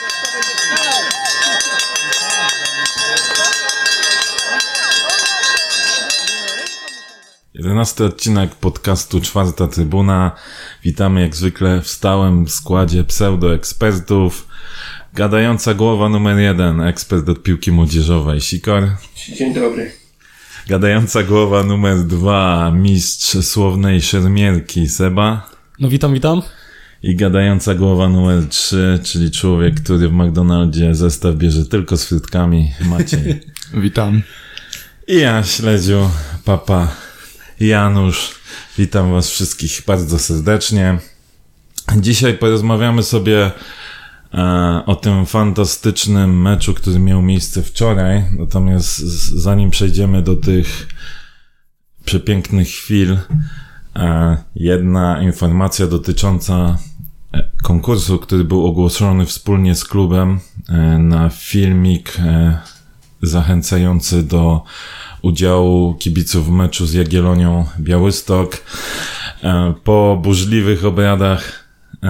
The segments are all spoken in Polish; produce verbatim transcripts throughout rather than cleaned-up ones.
jedenasty odcinek podcastu Czwarta Trybuna. Witamy jak zwykle w stałym składzie pseudoekspertów. Gadająca głowa numer jeden, ekspert od piłki młodzieżowej, Sikor. Dzień dobry. Gadająca głowa numer dwa, mistrz słownej szermierki, Seba. No witam, witam. I gadająca głowa numer trzy, czyli człowiek, który w McDonaldzie zestaw bierze tylko z frytkami, Maciej. Witam. I ja, śledziu, papa Janusz. Witam was wszystkich bardzo serdecznie. Dzisiaj porozmawiamy sobie e, o tym fantastycznym meczu, który miał miejsce wczoraj. Natomiast z, zanim przejdziemy do tych przepięknych chwil, e, jedna informacja dotycząca konkursu, który był ogłoszony wspólnie z klubem e, na filmik e, zachęcający do udziału kibiców w meczu z Jagiellonią Białystok. Po burzliwych obradach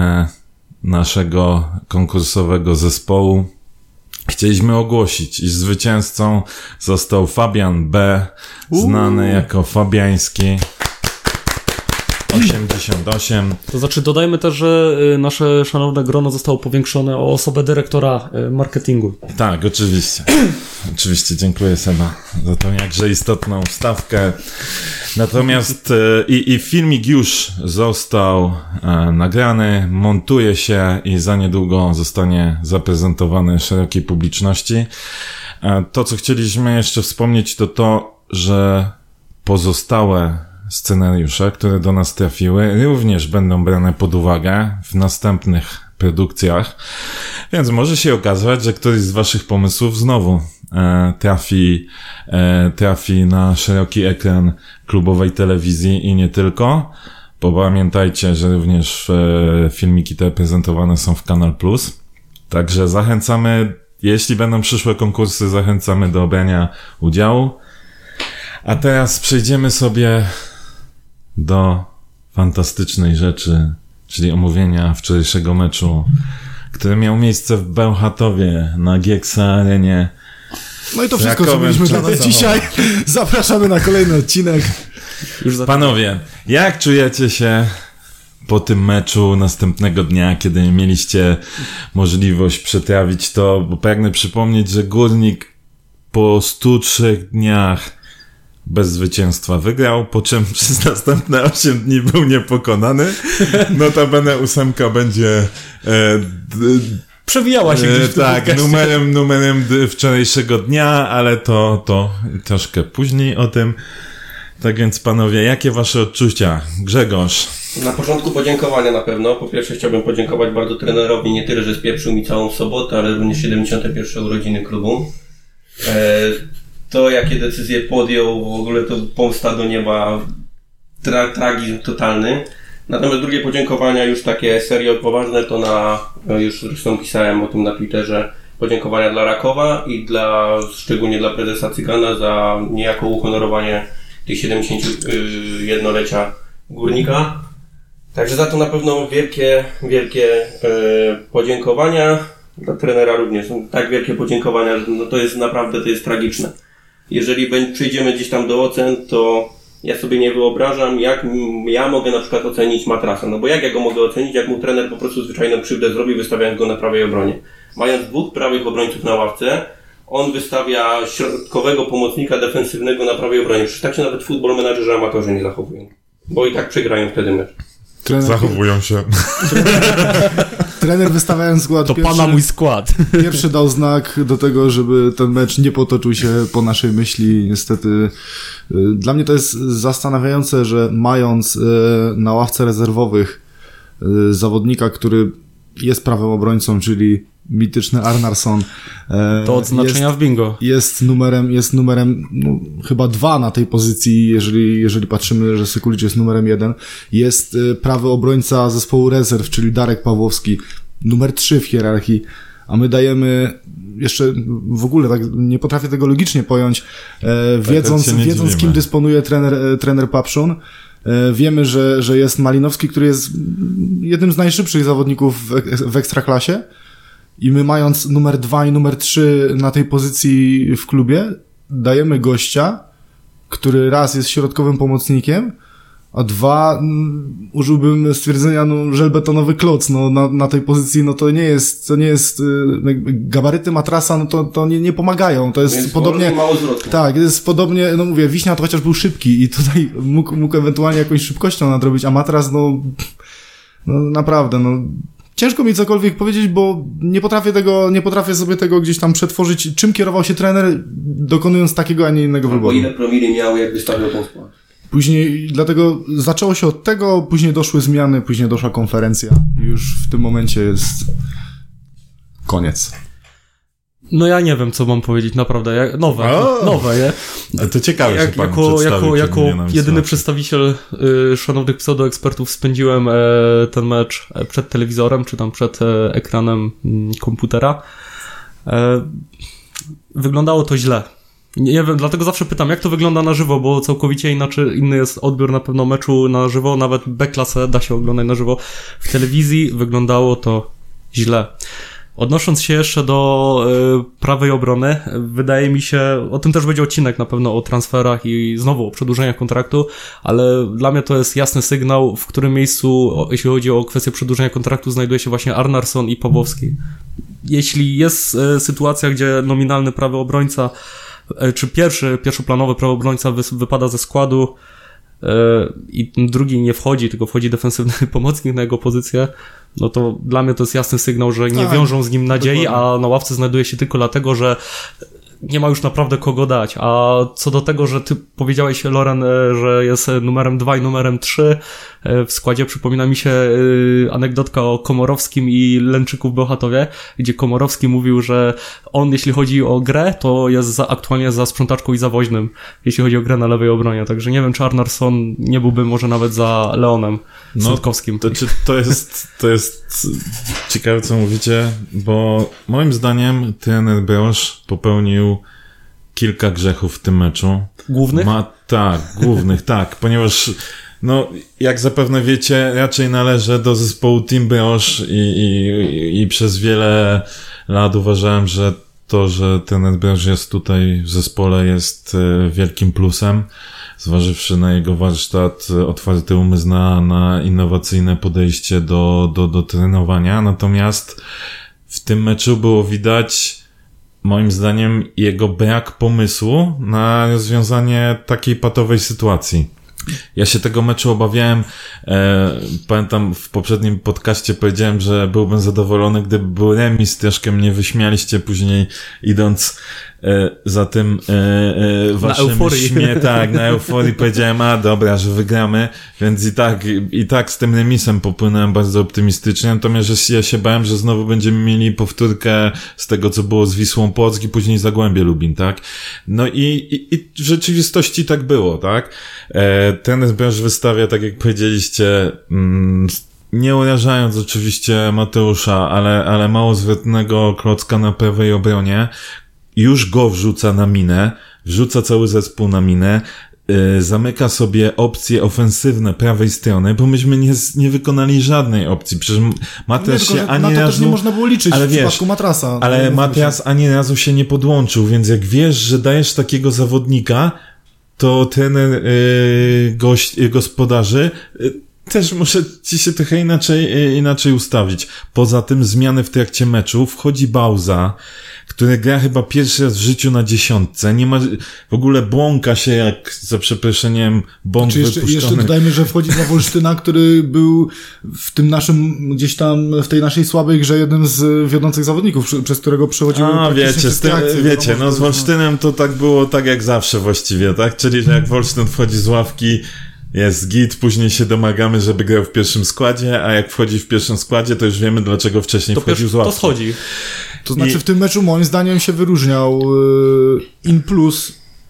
naszego konkursowego zespołu chcieliśmy ogłosić, iż zwycięzcą został Fabian B., znany Uuu. jako Fabiański osiemdziesiąt osiem. To znaczy dodajmy też, że nasze szanowne grono zostało powiększone o osobę dyrektora marketingu. Tak, oczywiście. Oczywiście, dziękuję Seba za tą jakże istotną wstawkę. Natomiast i, i filmik już został e, nagrany, montuje się i za niedługo zostanie zaprezentowany szerokiej publiczności. E, to, co chcieliśmy jeszcze wspomnieć, to to, że pozostałe scenariusze, które do nas trafiły, również będą brane pod uwagę w następnych produkcjach, więc może się okazać, że któryś z waszych pomysłów znowu e, trafi, e, trafi na szeroki ekran klubowej telewizji i nie tylko, bo pamiętajcie, że również e, filmiki te prezentowane są w Kanal Plus, także zachęcamy, jeśli będą przyszłe konkursy, zachęcamy do brania udziału. A teraz przejdziemy sobie do fantastycznej rzeczy, czyli omówienia wczorajszego meczu, który miał miejsce w Bełchatowie na Gieksa Arenie. No i to wszystko, co mieliśmy dla was dzisiaj. Zapraszamy na kolejny odcinek. Już Panowie, jak czujecie się po tym meczu następnego dnia, kiedy mieliście możliwość przetrawić to? Bo pragnę przypomnieć, że Górnik po stu trzech dniach bez zwycięstwa wygrał, po czym przez następne osiem dni był niepokonany. Notabene ósemka będzie e, d, przewijała się gdzieś e, tak, numerem, numerem wczorajszego dnia, ale to, to troszkę później o tym. Tak więc panowie, jakie wasze odczucia? Grzegorz. Na początku podziękowania na pewno. Po pierwsze chciałbym podziękować bardzo trenerowi, nie tyle, że spieprzył mi całą sobotę, ale również siedemdziesiąte pierwsze urodziny klubu. E, To, jakie decyzje podjął, w ogóle to pomsta do nieba, tra- tragizm totalny. Natomiast drugie podziękowania, już takie serio poważne, to na, już zresztą pisałem o tym na Twitterze, podziękowania dla Rakowa i dla, szczególnie dla prezesa Cygana za niejako uhonorowanie tych siedemdziesięciolecia Górnika. Także za to na pewno wielkie, wielkie e, podziękowania. Dla trenera również. Tak wielkie podziękowania, no to jest naprawdę, to jest tragiczne. Jeżeli przejdziemy gdzieś tam do ocen, to ja sobie nie wyobrażam, jak ja mogę na przykład ocenić Matrasa. No bo jak ja go mogę ocenić, jak mu trener po prostu zwyczajną krzywdę zrobi, wystawiając go na prawej obronie. Mając dwóch prawych obrońców na ławce, on wystawia środkowego pomocnika defensywnego na prawej obronie. Przecież tak się nawet Football Managerzy amatorzy nie zachowują. Bo i tak przegrają wtedy mecz. Trener... Zachowują się. Trener wystawiając skład to pierwszy, pana mój skład. Pierwszy dał znak do tego, żeby ten mecz nie potoczył się po naszej myśli. Niestety dla mnie to jest zastanawiające, że mając na ławce rezerwowych zawodnika, który jest prawym obrońcą, czyli mityczny Arnarsson. To odznaczenia jest, w bingo. Jest numerem, jest numerem no, chyba dwa na tej pozycji, jeżeli, jeżeli patrzymy, że Sekulicz jest numerem jeden. Jest prawy obrońca zespołu rezerw, czyli Darek Pawłowski, numer trzy w hierarchii, a my dajemy jeszcze w ogóle, tak nie potrafię tego logicznie pojąć, e, wiedząc, tak, wiedząc kim dysponuje trener, e, trener Papszun. E, wiemy, że, że jest Malinowski, który jest jednym z najszybszych zawodników w, w Ekstraklasie. i my mając numer dwa i numer trzy na tej pozycji w klubie, dajemy gościa, który raz jest środkowym pomocnikiem, a dwa, m, użyłbym stwierdzenia, no, żelbetonowy kloc, no, na, na tej pozycji, no, to nie jest, to nie jest, y, gabaryty matrasa, no, to, to nie, nie pomagają, to jest Więc podobnie, mało zwrotnie. tak, jest podobnie, no mówię, Wiśnia to chociaż był szybki i tutaj mógł, mógł ewentualnie jakąś szybkością nadrobić, a matras, no, no, naprawdę, no, ciężko mi cokolwiek powiedzieć, bo nie potrafię tego, nie potrafię sobie tego gdzieś tam przetworzyć, czym kierował się trener, dokonując takiego, a nie innego Albo wyboru. ile promili miał, jak wystawiał tą skład. Później, dlatego zaczęło się od tego, później doszły zmiany, później doszła konferencja i już w tym momencie jest koniec. No ja nie wiem, co mam powiedzieć, naprawdę. Ja, nowe, O! nowe, nie? Ale to ciekawe Jak, się pan jako przedstawił jako, przed jako milionami jedyny słuchaczy. przedstawiciel y, szanownych pseudoekspertów spędziłem e, ten mecz e, przed telewizorem, czy tam przed e, ekranem m, komputera. E, wyglądało to źle. Nie, nie wiem, dlatego zawsze pytam, jak to wygląda na żywo, bo całkowicie inaczej, inny jest odbiór na pewno meczu na żywo, nawet B-klasę da się oglądać na żywo. W telewizji wyglądało to źle. Odnosząc się jeszcze do y, prawej obrony, wydaje mi się, o tym też będzie odcinek na pewno o transferach i znowu o przedłużeniach kontraktu, ale dla mnie to jest jasny sygnał, w którym miejscu, o, jeśli chodzi o kwestię przedłużenia kontraktu, znajduje się właśnie Arnarsson i Pawłowski. Jeśli jest y, sytuacja, gdzie nominalny prawy obrońca, y, czy pierwszy, pierwszoplanowy prawy obrońca wy, wypada ze składu, i drugi nie wchodzi, tylko wchodzi defensywny pomocnik na jego pozycję, no to dla mnie to jest jasny sygnał, że nie tak, wiążą z nim nadziei, dokładnie. a na ławce znajduje się tylko dlatego, że nie ma już naprawdę kogo dać. A co do tego, że ty powiedziałeś, Loren, że jest numerem dwa i numerem trzy w składzie, przypomina mi się anegdotka o Komorowskim i Lęczyku w Bełchatowie, gdzie Komorowski mówił, że on, jeśli chodzi o grę, to jest za, aktualnie za sprzątaczką i za woźnym, jeśli chodzi o grę na lewej obronie. Także nie wiem, czy Arnarsson nie byłby może nawet za Leonem No, Sądkowskim. To, czy to jest, to jest ciekawe, co mówicie, bo moim zdaniem trener Broż popełnił kilka grzechów w tym meczu. Głównych? Ma, tak, głównych, tak, ponieważ no, jak zapewne wiecie, raczej należę do zespołu Team Broż i, i, i przez wiele lat uważałem, że to, że trener Broż jest tutaj w zespole, jest e, wielkim plusem, zważywszy na jego warsztat, otwarty umysł na, na innowacyjne podejście do, do, do trenowania. Natomiast w tym meczu było widać, moim zdaniem, jego brak pomysłu na rozwiązanie takiej patowej sytuacji. Ja się tego meczu obawiałem, e, pamiętam w poprzednim podcaście powiedziałem, że byłbym zadowolony, gdyby był remis, troszkę mnie wyśmialiście później idąc e, za tym e, e, waszym euforii. śmie, tak, na euforii powiedziałem, a dobra, że wygramy, więc i tak, i, i tak z tym remisem popłynąłem bardzo optymistycznie, natomiast ja się bałem, że znowu będziemy mieli powtórkę z tego, co było z Wisłą Płock i później Zagłębie Lubin, tak? No i, i, i w rzeczywistości tak było, tak? E, Ten Broż wystawia, tak jak powiedzieliście, mm, nie urażając oczywiście Mateusza, ale, ale mało zwrotnego klocka na prawej obronie, już go wrzuca na minę, wrzuca cały zespół na minę, yy, zamyka sobie opcje ofensywne prawej strony, bo myśmy nie, nie wykonali żadnej opcji. Przecież Matras nie, się tylko, ani na to razu... też nie można było liczyć ale w wiesz, przypadku Matrasa. Ale no, Matras ani razu się nie podłączył, więc jak wiesz, że dajesz takiego zawodnika, to trener yy, gość, yy, gospodarzy yy, też muszę ci się trochę inaczej, yy, inaczej ustawić. Poza tym zmiany w trakcie meczu. Wchodzi Bauza, który gra chyba pierwszy raz w życiu na dziesiątce. Nie ma, w ogóle błąka się jak, za przeproszeniem, bąk Czy jeszcze, wypuszczony. jeszcze dodajmy, że wchodzi za Wolsztyna, który był w tym naszym, gdzieś tam, w tej naszej słabej grze jednym z wiodących zawodników, przy, przez którego przechodziły A, praktycznie wiecie, z wszystkie tym, akcje. wiecie, Wiadomo, no że z to- Wolsztynem to tak było tak jak zawsze właściwie, tak? Czyli, że jak Wolsztyn wchodzi z ławki, jest git, później się domagamy, żeby grał w pierwszym składzie, a jak wchodzi w pierwszym składzie, to już wiemy, dlaczego wcześniej To, wchodził pier- z ławki. to schodzi. To znaczy I- w tym meczu moim zdaniem się wyróżniał yy, in plus.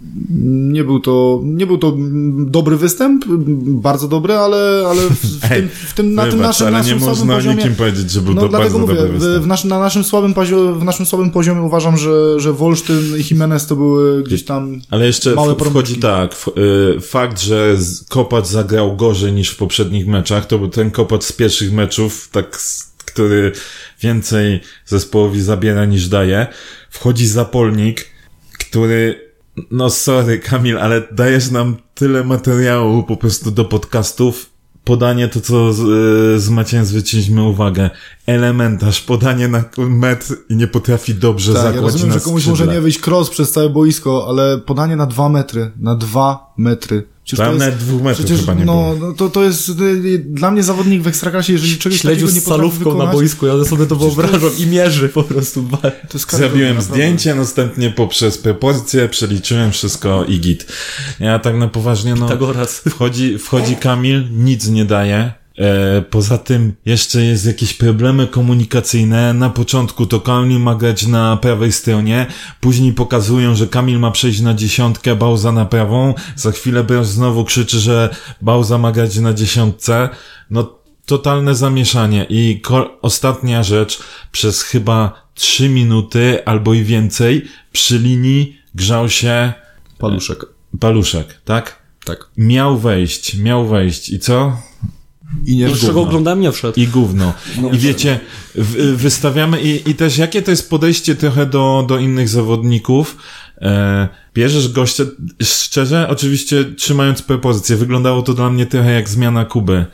Nie był to, nie był to dobry występ, bardzo dobry, ale, ale w, w, Ej, tym, w tym, na tym Wybacz, naszym, ale naszym nie słabym można o poziomie... nikim powiedzieć, że był No to dlatego bardzo mówię, dobry w, występ. w, nasz, na, naszym słabym poziomie, w naszym słabym poziomie uważam, że, że Wolsztyn i Jimenez to były gdzieś tam Ale jeszcze małe w, wchodzi promyczki. tak, f, y, fakt, że z- Kopacz zagrał gorzej niż w poprzednich meczach, to był ten Kopacz z pierwszych meczów, tak, s- który więcej zespołowi zabiera niż daje. Wchodzi Zapolnik, który, no sorry Kamil, ale dajesz nam tyle materiału po prostu do podcastów. Podanie to, co z, z Maciejem zwróciliśmy uwagę. Elementarz, podanie na metr i nie potrafi dobrze tak, zakładać ja rozumiem, na że komuś skrzydle. może nie wyjść cross przez całe boisko, ale podanie na dwa metry, na dwa metry. Tam nawet dwóch metrów przecież, chyba nie no, było. no to, to jest y, dla mnie zawodnik w Ekstraklasie, jeżeli czegoś Śledził takiego nie z potrafi salówką wykonać, na boisku, ja sobie to wyobrażam to jest- i mierzy po prostu. to jest karygodne, Zrobiłem naprawdę. zdjęcie, następnie poprzez proporcje przeliczyłem wszystko i git. Ja tak na poważnie, no, Pitagoras. wchodzi, wchodzi Kamil, nic nie daje. E, poza tym jeszcze jest jakieś problemy komunikacyjne. Na początku to Kamil ma grać na prawej stronie, później pokazują, że Kamil ma przejść na dziesiątkę, Bauza na prawą, za chwilę Broż znowu krzyczy, że Bauza ma grać na dziesiątce. No totalne zamieszanie. I ko- ostatnia rzecz, przez chyba trzy minuty albo i więcej przy linii grzał się Paluszek. Paluszek, tak? Tak. Miał wejść, miał wejść i co? I nie Z czego oglądałem, nie wszedł. I gówno. I wiecie, w, wystawiamy i, i też jakie to jest podejście trochę do, do innych zawodników. E, bierzesz gościa, szczerze, oczywiście trzymając propozycję, wyglądało to dla mnie trochę jak zmiana Kuby e,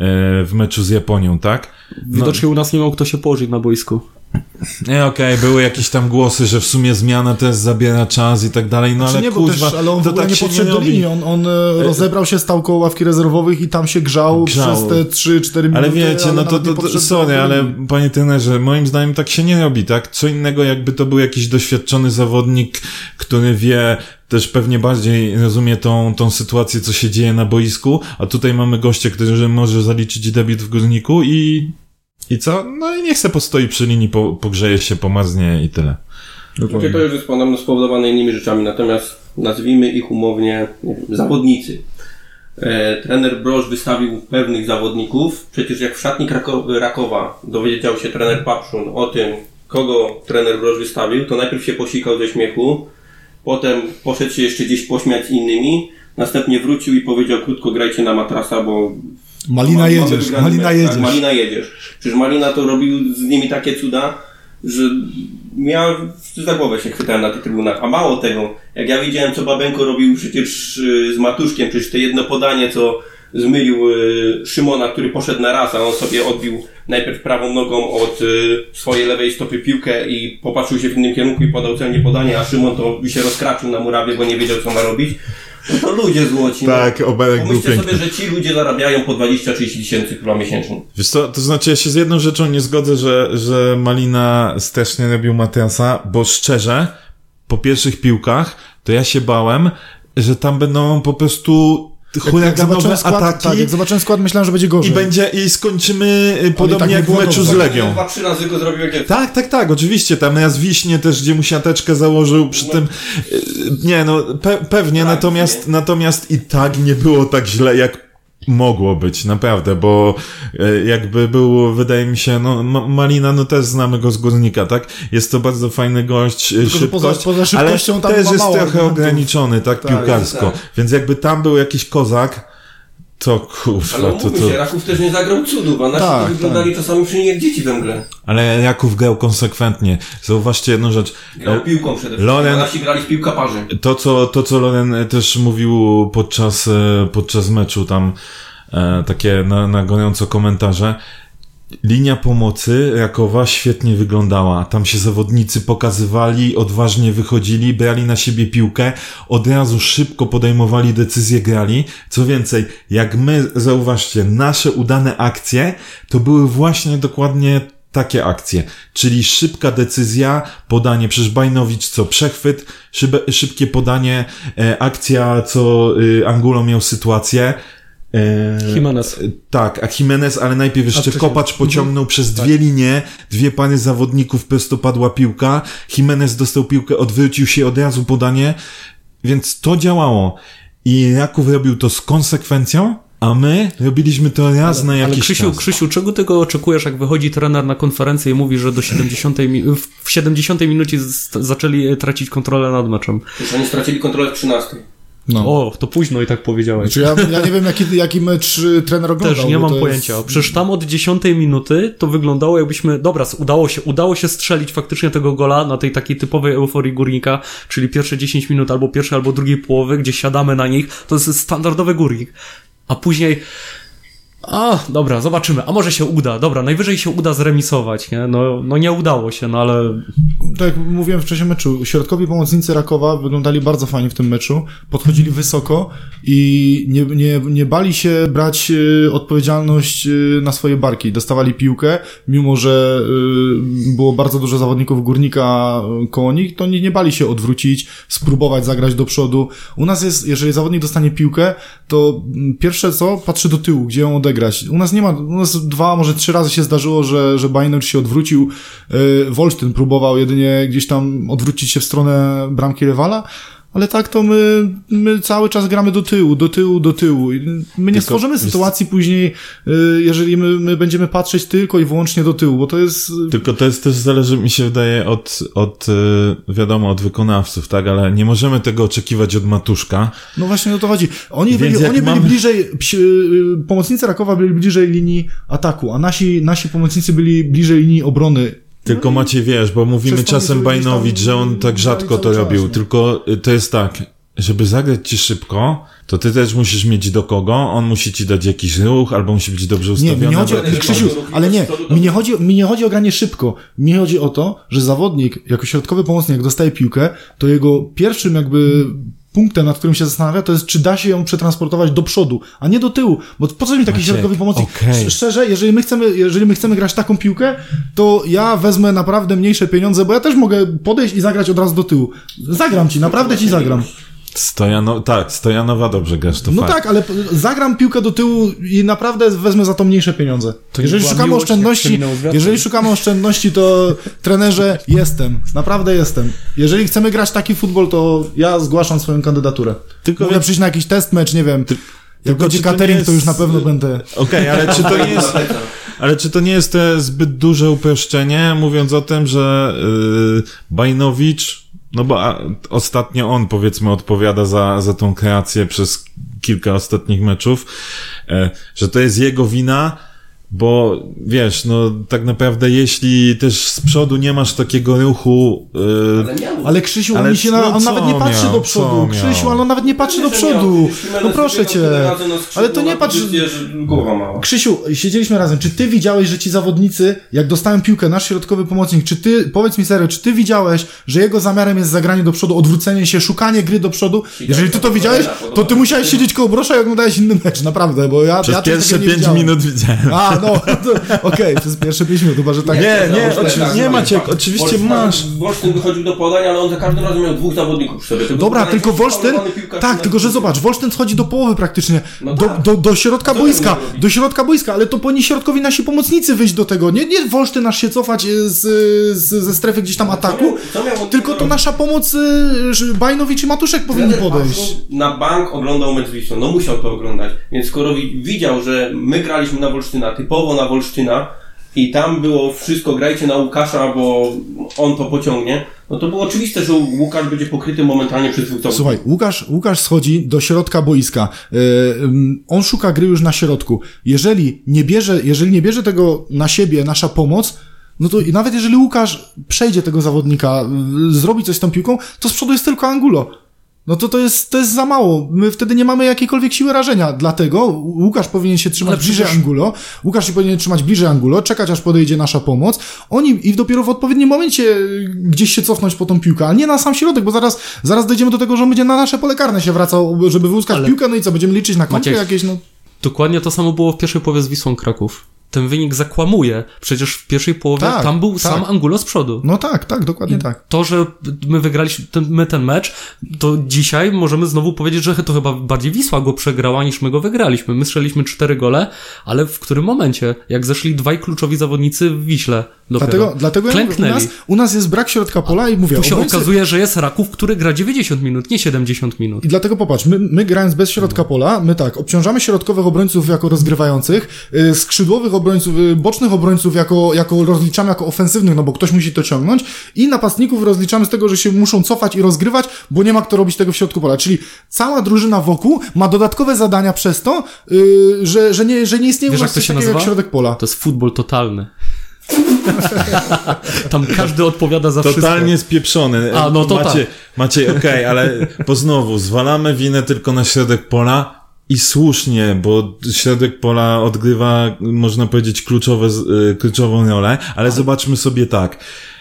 w meczu z Japonią, tak? No, Widocznie u nas nie miał kto się położyć na boisku. nie, okej, okay, były jakieś tam głosy, że w sumie zmiana też zabiera czas i tak dalej, no Znaczy ale nie, bo kuźwa, też, ale on w to ogóle tak nie się podszedł do robi. linii, on, on e, rozebrał się, stał koło ławki rezerwowych i tam się grzał, Grzał. przez te trzy cztery minuty. Ale wiecie, no to, nawet nie to, to podszedł sorry, do ale linii. panie trenerze, moim zdaniem tak się nie robi, tak? Co innego jakby to był jakiś doświadczony zawodnik, który wie, też pewnie bardziej rozumie tą, tą sytuację, co się dzieje na boisku, a tutaj mamy gościa, który może zaliczyć debiut w Górniku i i co? No i niech se postoi przy linii, po, pogrzeje się, pomaznie i tyle. Znaczy, to już jest podobno spowodowane innymi rzeczami, natomiast nazwijmy ich umownie nie wiem, zawodnicy. E, trener Broż wystawił pewnych zawodników, przecież jak w szatni Krako- Rakowa dowiedział się trener Papszun o tym, kogo trener Broż wystawił, to najpierw się posikał ze śmiechu, potem poszedł się jeszcze gdzieś pośmiać z innymi, następnie wrócił i powiedział krótko, grajcie na matrasa, bo Malina Mamy jedziesz, wygrany Malina mecz, jedziesz. Tak, Malina jedziesz. Przecież Malina to robił z nimi takie cuda, że ja za głowę się chwytałem na tych trybunach. A mało tego, jak ja widziałem, co Babenko robił przecież z Matuszkiem, przecież te jedno podanie, co zmylił Szymona, który poszedł na raz, a on sobie odbił najpierw prawą nogą od swojej lewej stopy piłkę i popatrzył się w innym kierunku i podał celnie podanie, a Szymon to się rozkraczył na murawie, bo nie wiedział, co ma robić. No to ludzie złoci. Tak, no. Oberek był Pomyślcie piękny. sobie, że ci ludzie zarabiają po dwadzieścia trzydzieści tysięcy chyba miesięcznie. Wiesz co, to znaczy ja się z jedną rzeczą nie zgodzę, że, że Malina strasznie robił Matrasa, bo szczerze, po pierwszych piłkach, to ja się bałem, że tam będą po prostu huraganowe skład, ataki tak, jak zobaczyłem skład, myślałem, że będzie gorzej. i będzie, i skończymy y, podobnie tak nie jak w było meczu z dobrze. Legią. Dwa, trzy razy go zrobił jak Tak, tak, tak, oczywiście, tam raz Wiśnie też, gdzie mu siateczkę założył przy No. tym, y, nie no, pe, pewnie, Tak, natomiast, nie. natomiast i tak nie było tak źle, jak mogło być, naprawdę, bo e, jakby był, wydaje mi się, no Ma- Malina, no też znamy go z Górnika, tak? Jest to bardzo fajny gość, e, że szybkość, poza- poza szybkością ale tam też ma jest mało trochę argumentów. ograniczony, tak, Tak, piłkarsko. tak. Więc jakby tam był jakiś kozak, to kurwa, Ale to, umówmy to... się, Raków też nie zagrał cudów, a nasi Tak, to wyglądali czasami przy niej jak dzieci we mgle. Ale Jakub grał konsekwentnie. Zauważcie jedną rzecz. Grał E, piłką przede wszystkim, Loren- a nasi grali w piłkaparzy. To, co, to, co Loren też mówił podczas, e, podczas meczu, tam e, takie na, na gorąco komentarze. Linia pomocy Rakowa świetnie wyglądała. Tam się zawodnicy pokazywali, odważnie wychodzili, brali na siebie piłkę, od razu szybko podejmowali decyzje, grali. Co więcej, jak my, zauważcie, nasze udane akcje, to były właśnie dokładnie takie akcje, czyli szybka decyzja, podanie, przecież Bajnowicz co, przechwyt, szybe, szybkie podanie, e, akcja co y, Angulo miał sytuację. E, Jimenez. Tak, a Jimenez, ale najpierw jeszcze wcześniej- Kopacz pociągnął przez dwie linie, dwie pary zawodników, prosto padła piłka, Jimenez dostał piłkę, odwrócił się, od razu podanie, więc to działało. I Raków robił to z konsekwencją, a my robiliśmy to raz na Ale jakiś Krzysiu, czas. Krzysiu, czego tego oczekujesz, jak wychodzi trener na konferencję i mówi, że do siedemdziesiątej mi- w- w siedemdziesiątej minucie z- zaczęli tracić kontrolę nad meczem? Już oni stracili kontrolę w trzynastej. No. O, to późno i tak powiedziałeś. Znaczy ja, ja nie wiem, jaki, jaki mecz y, trener oglądał. Też nie mam to pojęcia. Jest... Przecież tam od dziesiątej minuty to wyglądało jakbyśmy... Dobra, udało się, udało się strzelić faktycznie tego gola na tej takiej typowej euforii Górnika, czyli pierwsze dziesięć minut albo pierwszej, albo drugiej połowy, gdzie siadamy na nich. To jest standardowy Górnik. A później... A, dobra, zobaczymy. A może się uda. Dobra, najwyżej się uda zremisować, nie? No, no nie udało się, no ale... Tak jak mówiłem w czasie meczu, środkowi pomocnicy Rakowa wyglądali bardzo fajnie w tym meczu, podchodzili wysoko i nie, nie, nie bali się brać y, odpowiedzialność y, na swoje barki. Dostawali piłkę, mimo że y, było bardzo dużo zawodników Górnika y, koło nich, to nie, nie bali się odwrócić, spróbować zagrać do przodu. U nas jest, jeżeli zawodnik dostanie piłkę, to y, pierwsze co, patrzy do tyłu, gdzie ją odegrać. U nas nie ma, u nas dwa, może trzy razy się zdarzyło, że, że Bajnowicz się odwrócił, y, Wolsztyn próbował jedynie gdzieś tam odwrócić się w stronę bramki rywala, ale tak to my, my cały czas gramy do tyłu, do tyłu, do tyłu. My nie Tylko stworzymy jest... sytuacji później, y, jeżeli my, my będziemy patrzeć tylko i wyłącznie do tyłu, bo to jest... Tylko to jest też zależy, mi się wydaje, od, od wiadomo, od wykonawców, tak, ale nie możemy tego oczekiwać od Matuszka. No właśnie o to chodzi. Oni Więc byli, oni byli mamy... bliżej, psi, pomocnicy Rakowa byli bliżej linii ataku, a nasi, nasi pomocnicy byli bliżej linii obrony. Tylko Maciej, wiesz, bo mówimy Przestanie czasem sobie gdzieś tam Bajnowicz, że on tak rzadko to cały czas, robił, nie? tylko to jest tak, żeby zagrać ci szybko, to ty też musisz mieć do kogo, on musi ci dać jakiś ruch, albo musi być dobrze Nie, ustawiony. mi nie chodzi o, ale- Krzysiu, ale nie, mi nie chodzi, mi nie chodzi o granie szybko. Mi chodzi o to, że zawodnik, jako środkowy pomocnik, jak dostaje piłkę, to jego pierwszym jakby punktem, nad którym się zastanawia, to jest, czy da się ją przetransportować do przodu, a nie do tyłu. Bo po co mi taki Maciek, środkowy pomocnik? okej. Szczerze, jeżeli my chcemy, jeżeli my chcemy grać taką piłkę, to ja wezmę naprawdę mniejsze pieniądze, bo ja też mogę podejść i zagrać od razu do tyłu. Zagram ci, naprawdę ci zagram. Stojano, tak, Stojanowa dobrze grasz, to No fakt. tak, ale p- zagram piłkę do tyłu i naprawdę wezmę za to mniejsze pieniądze. To Jeżeli była szukamy miłość, jak oszczędności, przeminął wiatr. jeżeli szukamy oszczędności, to trenerze jestem. Naprawdę jestem. Jeżeli chcemy grać taki futbol, to ja zgłaszam swoją kandydaturę. Tylko Mogę wie- przyjść na jakiś test mecz, nie wiem. Jak tylko będzie czy to nie catering, jest- to już na pewno będę... Okej, ale czy to nie jest... Ale czy to nie jest te zbyt duże uproszczenie, mówiąc o tym, że yy, Bajnowicz, no bo a, ostatnio on, powiedzmy, odpowiada za, za tą kreację przez kilka ostatnich meczów, e, że to jest jego wina, bo wiesz, no tak naprawdę jeśli też z przodu nie masz takiego ruchu, yy, Ale miał. Ale Krzysiu, Ale on, się no na, on co nawet nie patrzy miał? do przodu. Co miał? Krzysiu, ale on nawet nie patrzy do Pewnie, że miał. przodu. Jeśli No proszę Menez cię. tyle razy na skrzydło Ale to nie na patrz... pozycję, że głowa mała. Krzysiu, siedzieliśmy razem. Czy ty widziałeś, że ci zawodnicy, jak dostałem piłkę, nasz środkowy pomocnik, czy ty, powiedz mi serio, czy ty widziałeś, że jego zamiarem jest zagranie do przodu, odwrócenie się, szukanie gry do przodu? Jeżeli ty to widziałeś, to ty musiałeś siedzieć koło Brosza i oglądałeś inny mecz, naprawdę, bo ja, przez ja czegoś pierwsze takiego nie pięć widziałem. minut widziałem. A, no, to- okej, przez pierwsze pięć minut, chyba, że tak. Nie, nie, to oczywiście- tak, nie, tak, Maciek, tak. oczywiście Wolsztyn- masz. Wolsztyn wychodził do podań, ale on za każdym razem miał dwóch zawodników przy sobie. Dobra, Tylko tylko Wolsztyn, faulowany piłkarz tak, na- tylko że zobacz, Wolsztyn schodzi do połowy praktycznie, No do, tak. do, do środka Co boiska, on miał robić? do środka boiska, ale to powinni środkowi nasi pomocnicy wyjść do tego, nie, nie Wolsztyn aż się cofać e, z, z, ze strefy gdzieś tam ataku, miał- co miał on tylko to robić? nasza pomoc, e, że Bajnowicz i Matuszek powinni Trener podejść. patrzył na bank, oglądał mecz z Wisłą. No musiał to oglądać. Więc skoro wi- widział, że my graliśmy na Wolsztyna, typowo na Wolsztyna i tam było wszystko, grajcie na Łukasza, bo on to pociągnie, no to było oczywiste, że Łukasz będzie pokryty momentalnie przez dwóch zawodników. Słuchaj, Łukasz, Łukasz schodzi do środka boiska. Yy, ym, on szuka gry już na środku. Jeżeli nie bierze, jeżeli nie bierze tego na siebie nasza pomoc, no to i nawet jeżeli Łukasz przejdzie tego zawodnika, yy, zrobi coś z tą piłką, to z przodu jest tylko Angulo. No to to jest, to jest za mało. My wtedy nie mamy jakiejkolwiek siły rażenia. Dlatego Łukasz powinien się trzymać Ale bliżej przecież- Angulo. Łukasz się powinien trzymać bliżej Angulo, czekać aż podejdzie nasza pomoc. Oni i dopiero w odpowiednim momencie y, gdzieś się cofnąć po tą piłkę, a nie na sam środek, bo zaraz, zaraz dojdziemy do tego, że on będzie na nasze pole karne się wracał, żeby wyłuskać Ale- piłkę, no i co, będziemy liczyć na kontry Maciek, jakieś, no. Dokładnie to samo było w pierwszej połowie z Wisłą Kraków. Ten wynik zakłamuje. Przecież w pierwszej połowie Tak, tam był tak. sam Angulo z przodu. No tak, tak, dokładnie tak. To, że my wygraliśmy ten, my ten mecz, to dzisiaj możemy znowu powiedzieć, że to chyba bardziej Wisła go przegrała niż my go wygraliśmy. My strzeliliśmy cztery gole, ale w którym momencie? Jak zeszli dwaj kluczowi zawodnicy w Wiśle dopiero. Dlatego, dlatego ja mówię, u Klęknęli. nas, u nas jest brak środka pola i mówię, Tu się obrońcy- okazuje, że jest Raków, który gra dziewięćdziesiąt minut, nie siedemdziesiąt minut. I dlatego popatrz, my, my grając bez środka pola, my tak, obciążamy środkowych obrońców jako rozgrywających, yy, skrzydłowych ob, obrońców, bocznych obrońców jako, jako rozliczamy jako ofensywnych, no bo ktoś musi to ciągnąć i napastników rozliczamy z tego, że się muszą cofać i rozgrywać, bo nie ma kto robić tego w środku pola. Czyli cała drużyna wokół ma dodatkowe zadania przez to, yy, że, że, nie, że nie istnieje Wiesz, u nas jak to się takiego nazywa? jak środek pola. To jest futbol totalny. Tam każdy odpowiada za wszystko. Totalnie spieprzony. A, no to Macie, tak. macie okej, okay, ale bo znowu zwalamy winę tylko na środek pola i słusznie, bo środek pola odgrywa, można powiedzieć, kluczowe, kluczową rolę, ale zobaczmy sobie tak.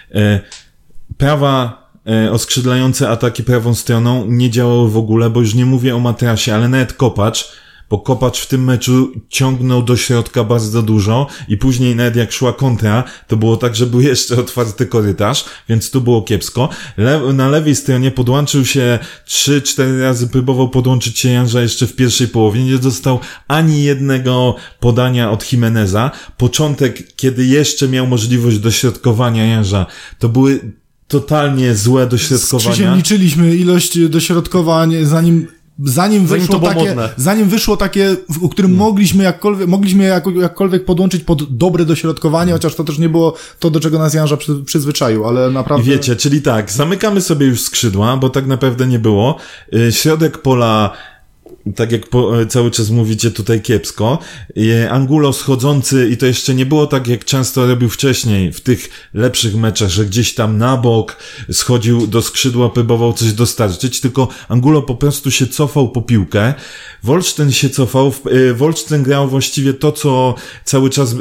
Prawa oskrzydlające ataki prawą stroną nie działały w ogóle, bo już nie mówię o Matrasie, ale nawet Kopacz, bo Kopacz w tym meczu ciągnął do środka bardzo dużo i później nawet jak szła kontra, to było tak, że był jeszcze otwarty korytarz, więc tu było kiepsko. Le- na lewej stronie podłączył się trzy cztery razy, próbował podłączyć się Janża jeszcze w pierwszej połowie, nie dostał ani jednego podania od Jimeneza. Początek, kiedy jeszcze miał możliwość dośrodkowania Janża, to były totalnie złe dośrodkowania. Z Krzysiem liczyliśmy ilość dośrodkowań, zanim Zanim Zanim wyszło, to było takie, modne. zanim wyszło takie, o którym hmm. mogliśmy jakkolwiek, mogliśmy jak, jakkolwiek podłączyć pod dobre dośrodkowanie, hmm. chociaż to też nie było to, do czego nas Janża przy, przyzwyczaił, ale naprawdę... I wiecie, czyli tak, zamykamy sobie już skrzydła, bo tak naprawdę nie było. Środek pola, tak jak po, cały czas mówicie tutaj kiepsko. Angulo schodzący i to jeszcze nie było tak, jak często robił wcześniej w tych lepszych meczach, że gdzieś tam na bok schodził do skrzydła, próbował coś dostarczyć, tylko Angulo po prostu się cofał po piłkę. Wolsztyn się cofał, Wolsztyn grał właściwie to, co cały czas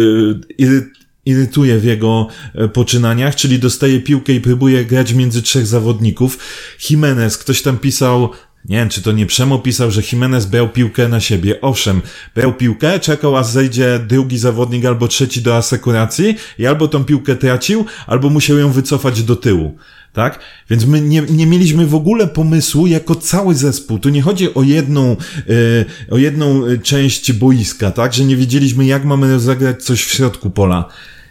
yy, irytuje w jego poczynaniach, czyli dostaje piłkę i próbuje grać między trzech zawodników. Jimenez, ktoś tam pisał, nie wiem, czy to nie Przemo pisał, że Jimenez brał piłkę na siebie. Owszem, brał piłkę, czekał, aż zejdzie drugi zawodnik albo trzeci do asekuracji i albo tą piłkę tracił, albo musiał ją wycofać do tyłu. Tak? Więc my nie, nie mieliśmy w ogóle pomysłu jako cały zespół. Tu nie chodzi o jedną, yy, o jedną część boiska, tak? Że nie wiedzieliśmy, jak mamy rozegrać coś w środku pola.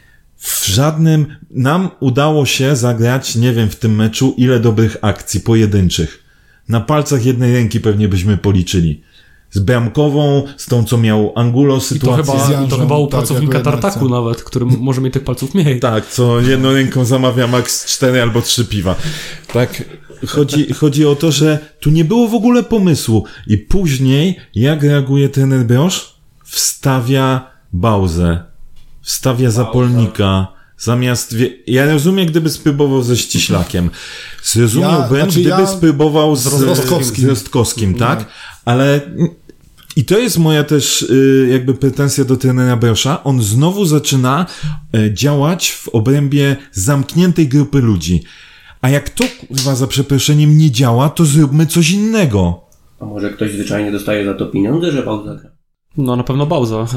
W żadnym, nam udało się zagrać, nie wiem, w tym meczu, ile dobrych akcji pojedynczych. Na palcach jednej ręki pewnie byśmy policzyli. Z bramkową, z tą, co miał Angulo sytuację. I to chyba, Janżą, to chyba u tak, pracownika jako Tartaku jedynce. nawet, który może mieć tych palców mniej. Tak, co jedną ręką zamawia max cztery albo trzy piwa. Tak, chodzi, chodzi o to, że tu nie było w ogóle pomysłu. I później, jak reaguje trener Broż? Wstawia Bauzę. Wstawia Zapolnika. Zamiast, wie... ja rozumiem, gdyby spróbował ze Ściślakiem. Zrozumiałbym, Ja- znaczy gdyby ja spróbował z, z Rostkowskim. z Rostkowskim, tak? Nie. Ale i to jest moja też y, jakby pretensja do trenera Brosza. On znowu zaczyna y, działać w obrębie zamkniętej grupy ludzi. A jak to, kurwa, za przeproszeniem nie działa, to zróbmy coś innego. A może ktoś zwyczajnie dostaje za to pieniądze, że Bauza gra? No na pewno Bauza.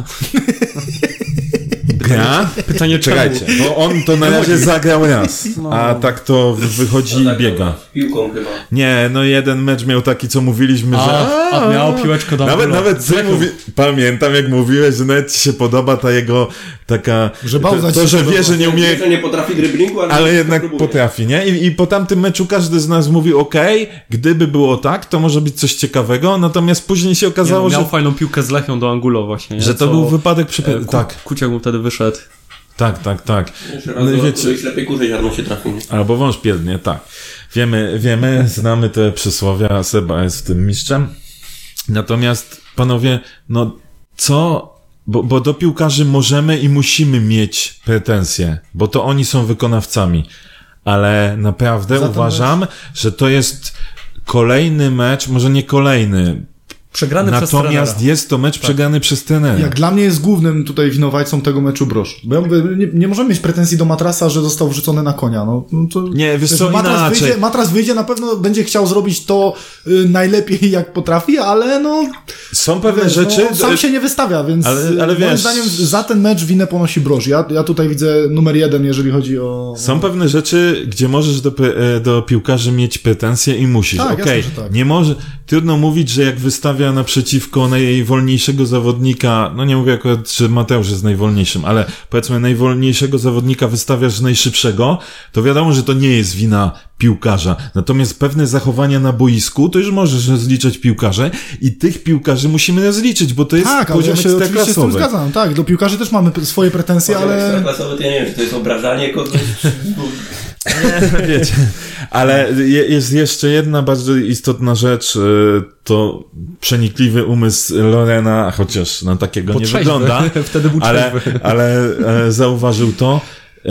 Gra? Pytanie czemu? Czekajcie, bo on to na razie zagrał raz, a tak to wychodzi i biega. Z piłką chyba. Nie, no jeden mecz miał taki, co mówiliśmy, A, że... a miał piłeczkę do Nawet, Angulo. nawet ty mówi... Pamiętam, jak mówiłeś, że nawet ci się podoba ta jego taka... Że Bauza to, ci to, się że podoba. wie, że nie umie... Że nie potrafi driblingu, ale, Ale jednak próbuje. potrafi, nie? I, I po tamtym meczu każdy z nas mówił, okej, okay, gdyby było tak, to może być coś ciekawego, natomiast później się okazało, Nie, miał że, fajną piłkę z Lechią do Angulo właśnie. Nie? że to Co, był wypadek przy... e, Ku, Tak, Kuciak mu wtedy wyszedł. tak, tak, tak. Jeszcze raz No i do- wiecie- wiecie... lepiej kurze ziarno się trafi. Nie? Albo wąż pierdnie, tak. Wiemy, wiemy, znamy te przysłowia, Seba jest w tym mistrzem. Natomiast, panowie, no co... Bo, bo do piłkarzy możemy i musimy mieć pretensje, bo to oni są wykonawcami. Ale naprawdę Za ten uważam, że to jest kolejny mecz, może nie kolejny, Przegrany przez natomiast trenera. jest to mecz przegrany przez trenera. Jak dla mnie jest głównym tutaj winowajcą tego meczu Broż. Bo ja mówię, nie, nie możemy mieć pretensji do Matrasa, że został wrzucony na konia. No, no to, Nie, wiesz co, Matras inaczej. wyjdzie, Matras wyjdzie, na pewno będzie chciał zrobić to y, najlepiej jak potrafi, ale no... Są pewne Wiesz, rzeczy... no, sam się nie wystawia, więc Ale- ale, ale moim wiesz- zdaniem za ten mecz winę ponosi Broż. Ja, ja tutaj widzę numer jeden, jeżeli chodzi o... Są pewne rzeczy, gdzie możesz do, pe- e, do piłkarzy mieć pretensje i musisz. Tak, Okej, jasne, że tak. nie może, trudno mówić, że jak wystawia naprzeciwko najwolniejszego zawodnika, no nie mówię akurat, że Mateusz jest najwolniejszym, ale powiedzmy najwolniejszego zawodnika wystawiasz najszybszego, to wiadomo, że to nie jest wina piłkarza. Natomiast pewne zachowania na boisku, to już możesz rozliczać piłkarze i tych piłkarzy musimy rozliczyć, bo to jest tak, poziom ja się oczywiście z tym zgadzam. Tak, do piłkarzy też mamy swoje pretensje, poziom ale... ekstraklasowy to ja nie wiem, czy to jest obrażanie kogoś, czy... Nie, wiecie. Ale jest jeszcze jedna bardzo istotna rzecz, to przenikliwy umysł Lorena, chociaż na takiego Bo nie trzeźwy. wygląda, Wtedy był ale, trzeźwy. ale zauważył to.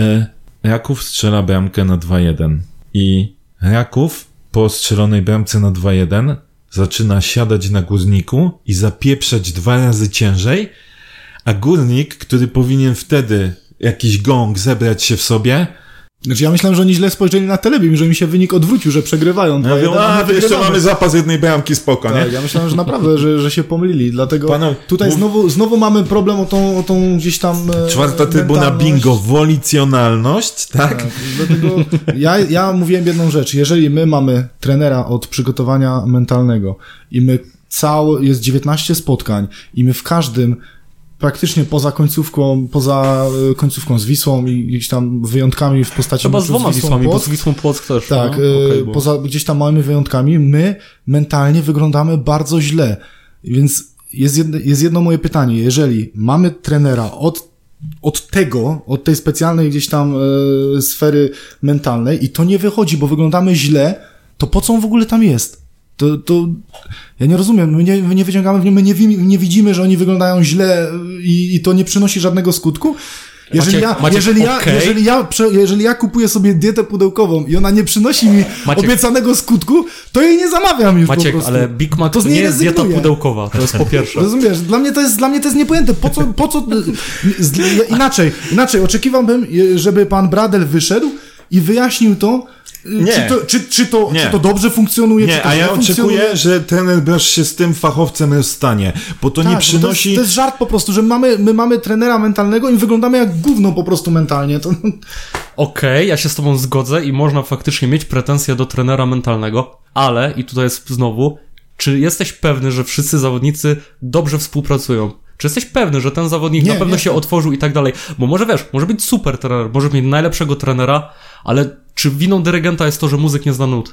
Raków strzela bramkę na dwa jeden i Raków po strzelonej bramce na dwa jeden zaczyna siadać na Górniku i zapieprzać dwa razy ciężej, a Górnik, który powinien wtedy jakiś gong zebrać się w sobie. Znaczy ja myślałem, że oni źle spojrzeli na telebim, że mi się wynik odwrócił, że przegrywają. Ja wiem, a to jeszcze mamy zapas jednej bramki, spoko, tak, nie? ja myślałem, że naprawdę, że, że się pomylili, dlatego Panu, tutaj mów... znowu, znowu mamy problem o tą, o tą gdzieś tam e, Czwarta trybuna mentalność. bingo, wolicjonalność, tak? tak dlatego ja, ja mówiłem jedną rzecz, jeżeli my mamy trenera od przygotowania mentalnego i my cały, jest dziewiętnaście spotkań i my w każdym praktycznie poza końcówką, poza końcówką z Wisłą i gdzieś tam wyjątkami w postaci... Chyba z dwoma Wisłami, bo z Wisłą Płock też. Tak, no? yy, okay, bo... poza gdzieś tam małymi wyjątkami, my mentalnie wyglądamy bardzo źle. Więc jest jedno, jest jedno moje pytanie. Jeżeli mamy trenera od, od tego, od tej specjalnej gdzieś tam yy, sfery mentalnej i to nie wychodzi, bo wyglądamy źle, to po co on w ogóle tam jest? To, to ja nie rozumiem, my nie, my nie wyciągamy, my nie, nie widzimy, że oni wyglądają źle i, i to nie przynosi żadnego skutku. Jeżeli, Maciek, ja, Maciek, jeżeli, okay. ja, jeżeli, ja, jeżeli ja kupuję sobie dietę pudełkową i ona nie przynosi mi Maciek, obiecanego skutku, to jej nie zamawiam już Maciek, po prostu. ale Big Mac to to nie jest dieta pudełkowa, to jest po pierwsze. Rozumiesz, dla mnie to jest, dla mnie to jest niepojęte. Po co, po co, z, inaczej, inaczej, oczekiwałbym, żeby pan Bradel wyszedł i wyjaśnił to, Nie. Czy, to, czy, czy, to, Nie. czy to dobrze funkcjonuje, Nie, czy to a nie ja funkcjonuje? oczekuję, że trener Broż się z tym fachowcem rozstanie, bo to tak, nie bo przynosi... To jest, to jest żart po prostu, że mamy, my mamy trenera mentalnego i wyglądamy jak gówno po prostu mentalnie. To... Okej, okay, ja się z tobą zgodzę i można faktycznie mieć pretensje do trenera mentalnego, ale, i tutaj jest znowu, czy jesteś pewny, że wszyscy zawodnicy dobrze współpracują? Czy jesteś pewny, że ten zawodnik nie, na pewno nie. się otworzył i tak dalej? Bo może wiesz, może być super trener, może mieć najlepszego trenera, ale czy winą dyrygenta jest to, że muzyk nie zna nut?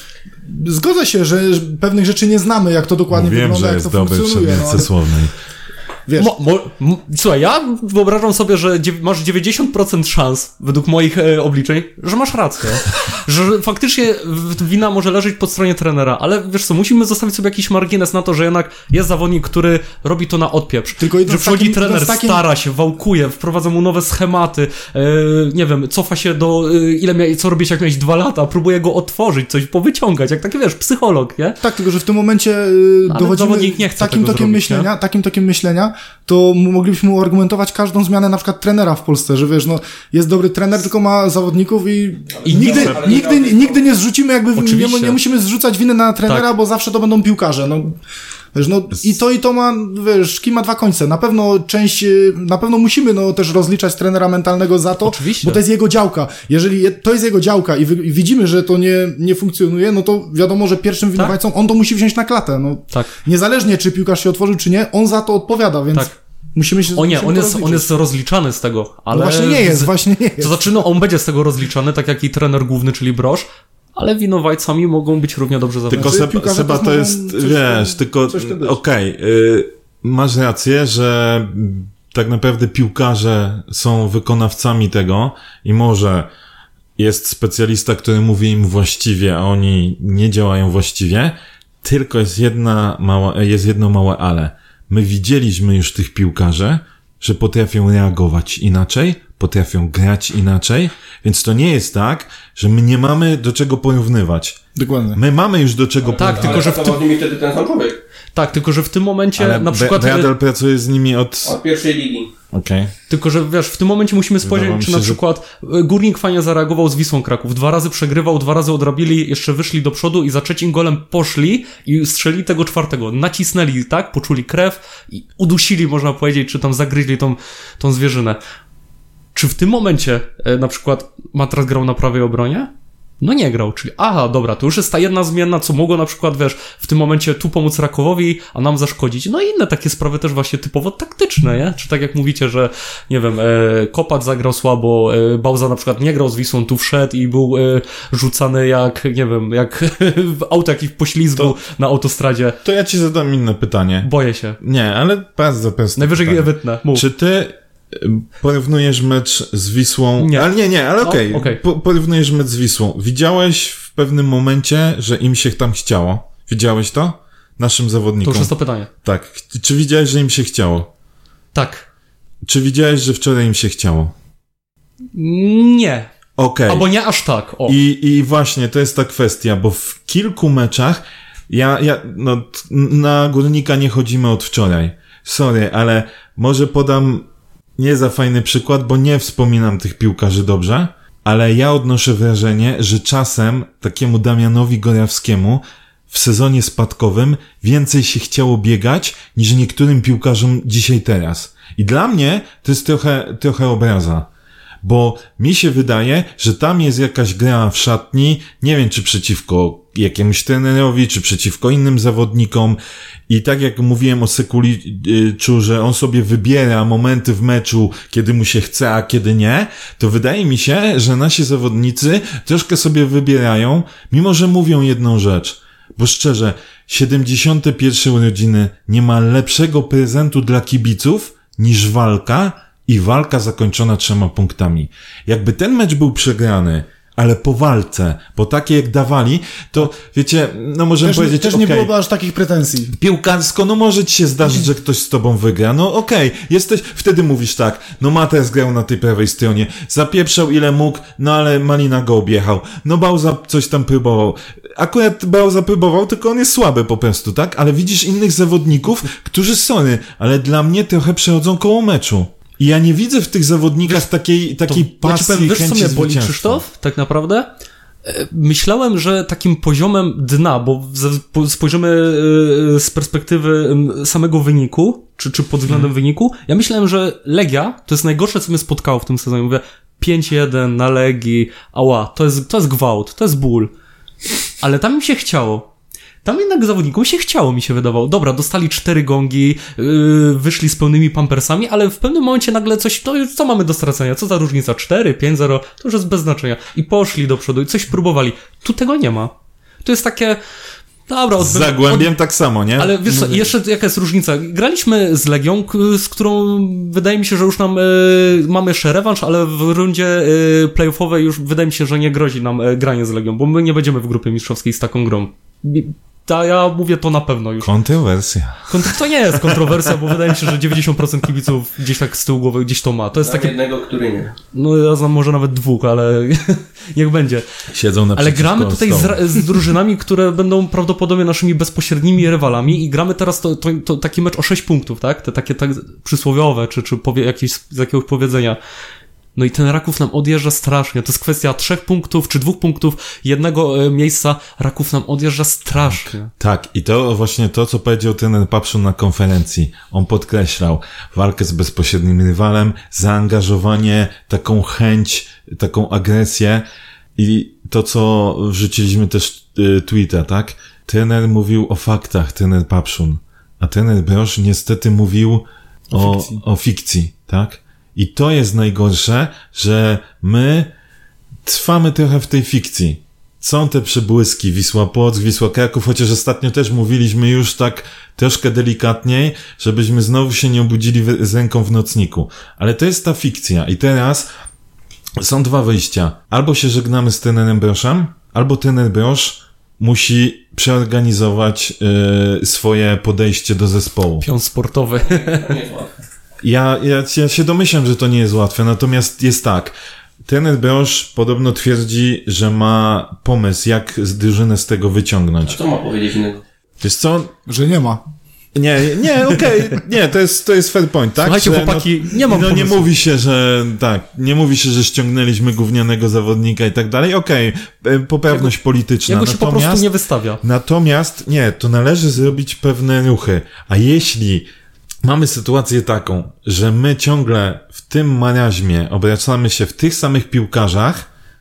Zgodzę się, że pewnych rzeczy nie znamy, jak to dokładnie Wiem, wygląda, że jak jest to dobry funkcjonuje. przedmiot No, ze słownej. wiesz, Mo, mo, m, słuchaj, ja wyobrażam sobie, że dziew- masz dziewięćdziesiąt procent szans, według moich e, obliczeń, że masz rację. Że faktycznie w- wina może leżeć po stronie trenera, ale wiesz co, musimy zostawić sobie jakiś margines na to, że jednak jest zawodnik, który robi to na odpieprz. Tylko idąc że przychodzi takim- trener, idąc takim- stara się, wałkuje, wprowadza mu nowe schematy, e, nie wiem, cofa się do, e, ile mia- co robisz jak miałeś dwa lata, próbuje go otworzyć, coś powyciągać, jak taki wiesz, psycholog, nie? tak, tylko że w tym momencie y, Ale dochodzimy zawodnik nie chce takim tego tokiem zrobić, myślenia, takim tokiem myślenia, to m- moglibyśmy uargumentować każdą zmianę na przykład trenera w Polsce, że wiesz, no jest dobry trener, tylko ma zawodników i, I nigdy, nie- ale nie nigdy, miał- nigdy nie zrzucimy jakby, nie, Oczywiście. nie musimy zrzucać winy na trenera, Tak. bo zawsze to będą piłkarze, no. Wiesz, no i to i to ma, wiesz, kij ma dwa końce. Na pewno część, y, na pewno musimy no też rozliczać trenera mentalnego za to, Oczywiście. bo to jest jego działka. Jeżeli je, to jest jego działka i, wy, i widzimy, że to nie, nie funkcjonuje, no to wiadomo, że pierwszym winowajcą on to musi wziąć na klatę. No, Tak. niezależnie czy piłkarz się otworzył, czy nie, on za to odpowiada, więc Tak. musimy się O nie, musimy on to jest, on rozliczyć. jest rozliczany z tego, ale... No właśnie nie jest, z- właśnie nie jest. To znaczy, no on będzie z tego rozliczany, tak jak i trener główny, czyli Broż, ale winowajcami mogą być równie dobrze zawodnicy. Tylko Znaczy, Seba, piłkarze Seba też to mogą jest, coś wiesz, tam- tylko coś w tym być. okej, y, masz rację, że tak naprawdę piłkarze są wykonawcami tego i może jest specjalista, który mówi im właściwie, a oni nie działają właściwie, tylko jest jedna mała, jest jedno małe ale. My widzieliśmy już tych piłkarzy, że potrafią reagować inaczej, potrafią grać inaczej, więc to nie jest tak, że my nie mamy do czego porównywać. Dokładnie. My mamy już do czego Tak, porównywać. tylko że w tym- tym... mi wtedy ten sam człowiek. Tak, tylko że w tym momencie Ale na przykład... Bradel pracuje z nimi od... Od pierwszej ligi. Okej. Okay. Tylko, że wiesz, w tym momencie musimy spojrzeć, Wydawało mi czy się, na że- przykład y, Górnik fajnie zareagował z Wisłą Kraków. Dwa razy przegrywał, dwa razy odrobili, jeszcze wyszli do przodu i za trzecim golem poszli i strzelili tego czwartego. Nacisnęli, tak? Poczuli krew i udusili, można powiedzieć, czy tam zagryźli tą, tą zwierzynę. Czy w tym momencie y, na przykład Matras grał na prawej obronie? No nie grał, czyli aha, dobra, to już jest ta jedna zmienna, co mogło na przykład, wiesz, w tym momencie tu pomóc Rakowowi, a nam zaszkodzić. No i inne takie sprawy też właśnie typowo taktyczne, nie? Czy tak jak mówicie, że, nie wiem, e, Kopacz zagrał słabo, e, Bauza na przykład nie grał z Wisłą, tu wszedł i był e, rzucany jak, nie wiem, jak w auto jakiś poślizgu to, na autostradzie. To ja ci zadam inne pytanie. Boję się. Nie, ale bardzo proste Najwyżej je pytanie. wytnę. Mów. Czy ty porównujesz mecz z Wisłą? Nie. Ale nie, nie, ale okej. No, okay. Po, porównujesz mecz z Wisłą. Widziałeś w pewnym momencie, że im się tam chciało? Widziałeś to? Naszym zawodnikom. To już jest to pytanie. Tak. Czy widziałeś, że im się chciało? Tak. Czy widziałeś, że wczoraj im się chciało? Nie. Okej. Albo nie aż tak. O. I, I właśnie to jest ta kwestia, bo w kilku meczach ja, ja no, t- na Górnika nie chodzimy od wczoraj. Sorry, ale może podam nie za fajny przykład, bo nie wspominam tych piłkarzy dobrze, ale ja odnoszę wrażenie, że czasem takiemu Damianowi Gorawskiemu w sezonie spadkowym więcej się chciało biegać niż niektórym piłkarzom dzisiaj teraz. I dla mnie to jest trochę, trochę obraza. Bo mi się wydaje, że tam jest jakaś gra w szatni, nie wiem czy przeciwko jakiemuś trenerowi, czy przeciwko innym zawodnikom i tak jak mówiłem o Sekuliczu, że on sobie wybiera momenty w meczu, kiedy mu się chce, a kiedy nie, to wydaje mi się, że nasi zawodnicy troszkę sobie wybierają, mimo że mówią jedną rzecz. Bo szczerze, siedemdziesiąte pierwsze urodziny nie ma lepszego prezentu dla kibiców niż walka i walka zakończona trzema punktami. Jakby ten mecz był przegrany, ale po walce, bo takie jak dawali, to wiecie, no możemy Też, powiedzieć, też okej, nie byłoby aż takich pretensji. piłkarsko, no może ci się zdarzyć, że ktoś z tobą wygra, no okej, okay. Jesteś, wtedy mówisz tak, no Mates grał na tej prawej stronie, zapieprzał ile mógł, no ale Malina go objechał, no Bauza coś tam próbował, akurat Bauza próbował, tylko on jest słaby po prostu, tak, ale widzisz innych zawodników, którzy sorry, ale dla mnie trochę przechodzą koło meczu. I ja nie widzę w tych zawodnikach wiesz, takiej, takiej to, pasji, ja powiem, wiesz, chęci co mnie boli, zwycięstwa. Krzysztof, tak naprawdę? Myślałem, że takim poziomem dna, bo spojrzymy z perspektywy samego wyniku, czy, czy pod względem hmm. wyniku, ja myślałem, że Legia to jest najgorsze, co mnie spotkało w tym sezonie. Mówię, pięć jeden na Legii, ała, to jest, to jest gwałt, to jest ból. Ale tam im się chciało. Tam jednak zawodnikom się chciało, mi się wydawało. Dobra, dostali cztery gongi, yy, wyszli z pełnymi pampersami, ale w pewnym momencie nagle coś, to co mamy do stracenia? Co za różnica? cztery, pięć zero, to już jest bez znaczenia. I poszli do przodu i coś próbowali. Tu tego nie ma. To jest takie... Dobra, z Zagłębiem od... tak samo, nie? Ale wiesz co, jeszcze jaka jest różnica? Graliśmy z Legią, z którą wydaje mi się, że już nam y, mamy jeszcze rewanż, ale w rundzie y, playoffowej już wydaje mi się, że nie grozi nam y, granie z Legią, bo my nie będziemy w grupie mistrzowskiej z taką grą. Ta, ja mówię to na pewno już. Kontrowersja. Kont- to nie jest kontrowersja, bo wydaje mi się, że dziewięćdziesiąt procent kibiców gdzieś tak z tyłu głowy gdzieś to ma. To jest takie... jednego, który nie. No ja znam może nawet dwóch, ale niech będzie. Siedzą na Ale gramy tutaj z, z drużynami, które będą prawdopodobnie naszymi bezpośrednimi rywalami i gramy teraz to, to, to taki mecz o sześć punktów, tak? Te takie tak przysłowiowe, czy, czy powie, jakieś, z jakiegoś powiedzenia. No i ten Raków nam odjeżdża strasznie. To jest kwestia trzech punktów, czy dwóch punktów, jednego e, miejsca. Raków nam odjeżdża strasznie. Tak, i to właśnie to, co powiedział ten Papszun na konferencji. On podkreślał walkę z bezpośrednim rywalem, zaangażowanie, taką chęć, taką agresję i to, co wrzuciliśmy też y, tweeta, tak? Trener mówił o faktach, trener Papszun, a trener Broż niestety mówił o, o fikcji, o fikcji, tak? I to jest najgorsze, że my trwamy trochę w tej fikcji. Są te przebłyski, Wisła Płock, Wisła Kraków, chociaż ostatnio też mówiliśmy już tak troszkę delikatniej, żebyśmy znowu się nie obudzili w, z ręką w nocniku. Ale to jest ta fikcja. I teraz są dwa wyjścia. Albo się żegnamy z trenerem Broszem, albo trener Brosz musi przeorganizować yy, swoje podejście do zespołu. Pion sportowy. Ja, ja, ja się domyślam, że to nie jest łatwe, natomiast jest tak. Trener Brosz podobno twierdzi, że ma pomysł, jak drużynę z tego wyciągnąć. A co ma powiedzieć innego? Wiesz co? Że nie ma. Nie, nie, okej, okay. nie, to jest, to jest fair point, tak? Słuchajcie, że, chłopaki, no, nie mam No pomysłu. nie mówi się, że tak, nie mówi się, że ściągnęliśmy gównianego zawodnika i tak dalej, okej, okay. poprawność polityczna. Jego się po prostu nie wystawia. Natomiast, nie, to należy zrobić pewne ruchy, a jeśli mamy sytuację taką, że my ciągle w tym marazmie obracamy się w tych samych piłkarzach,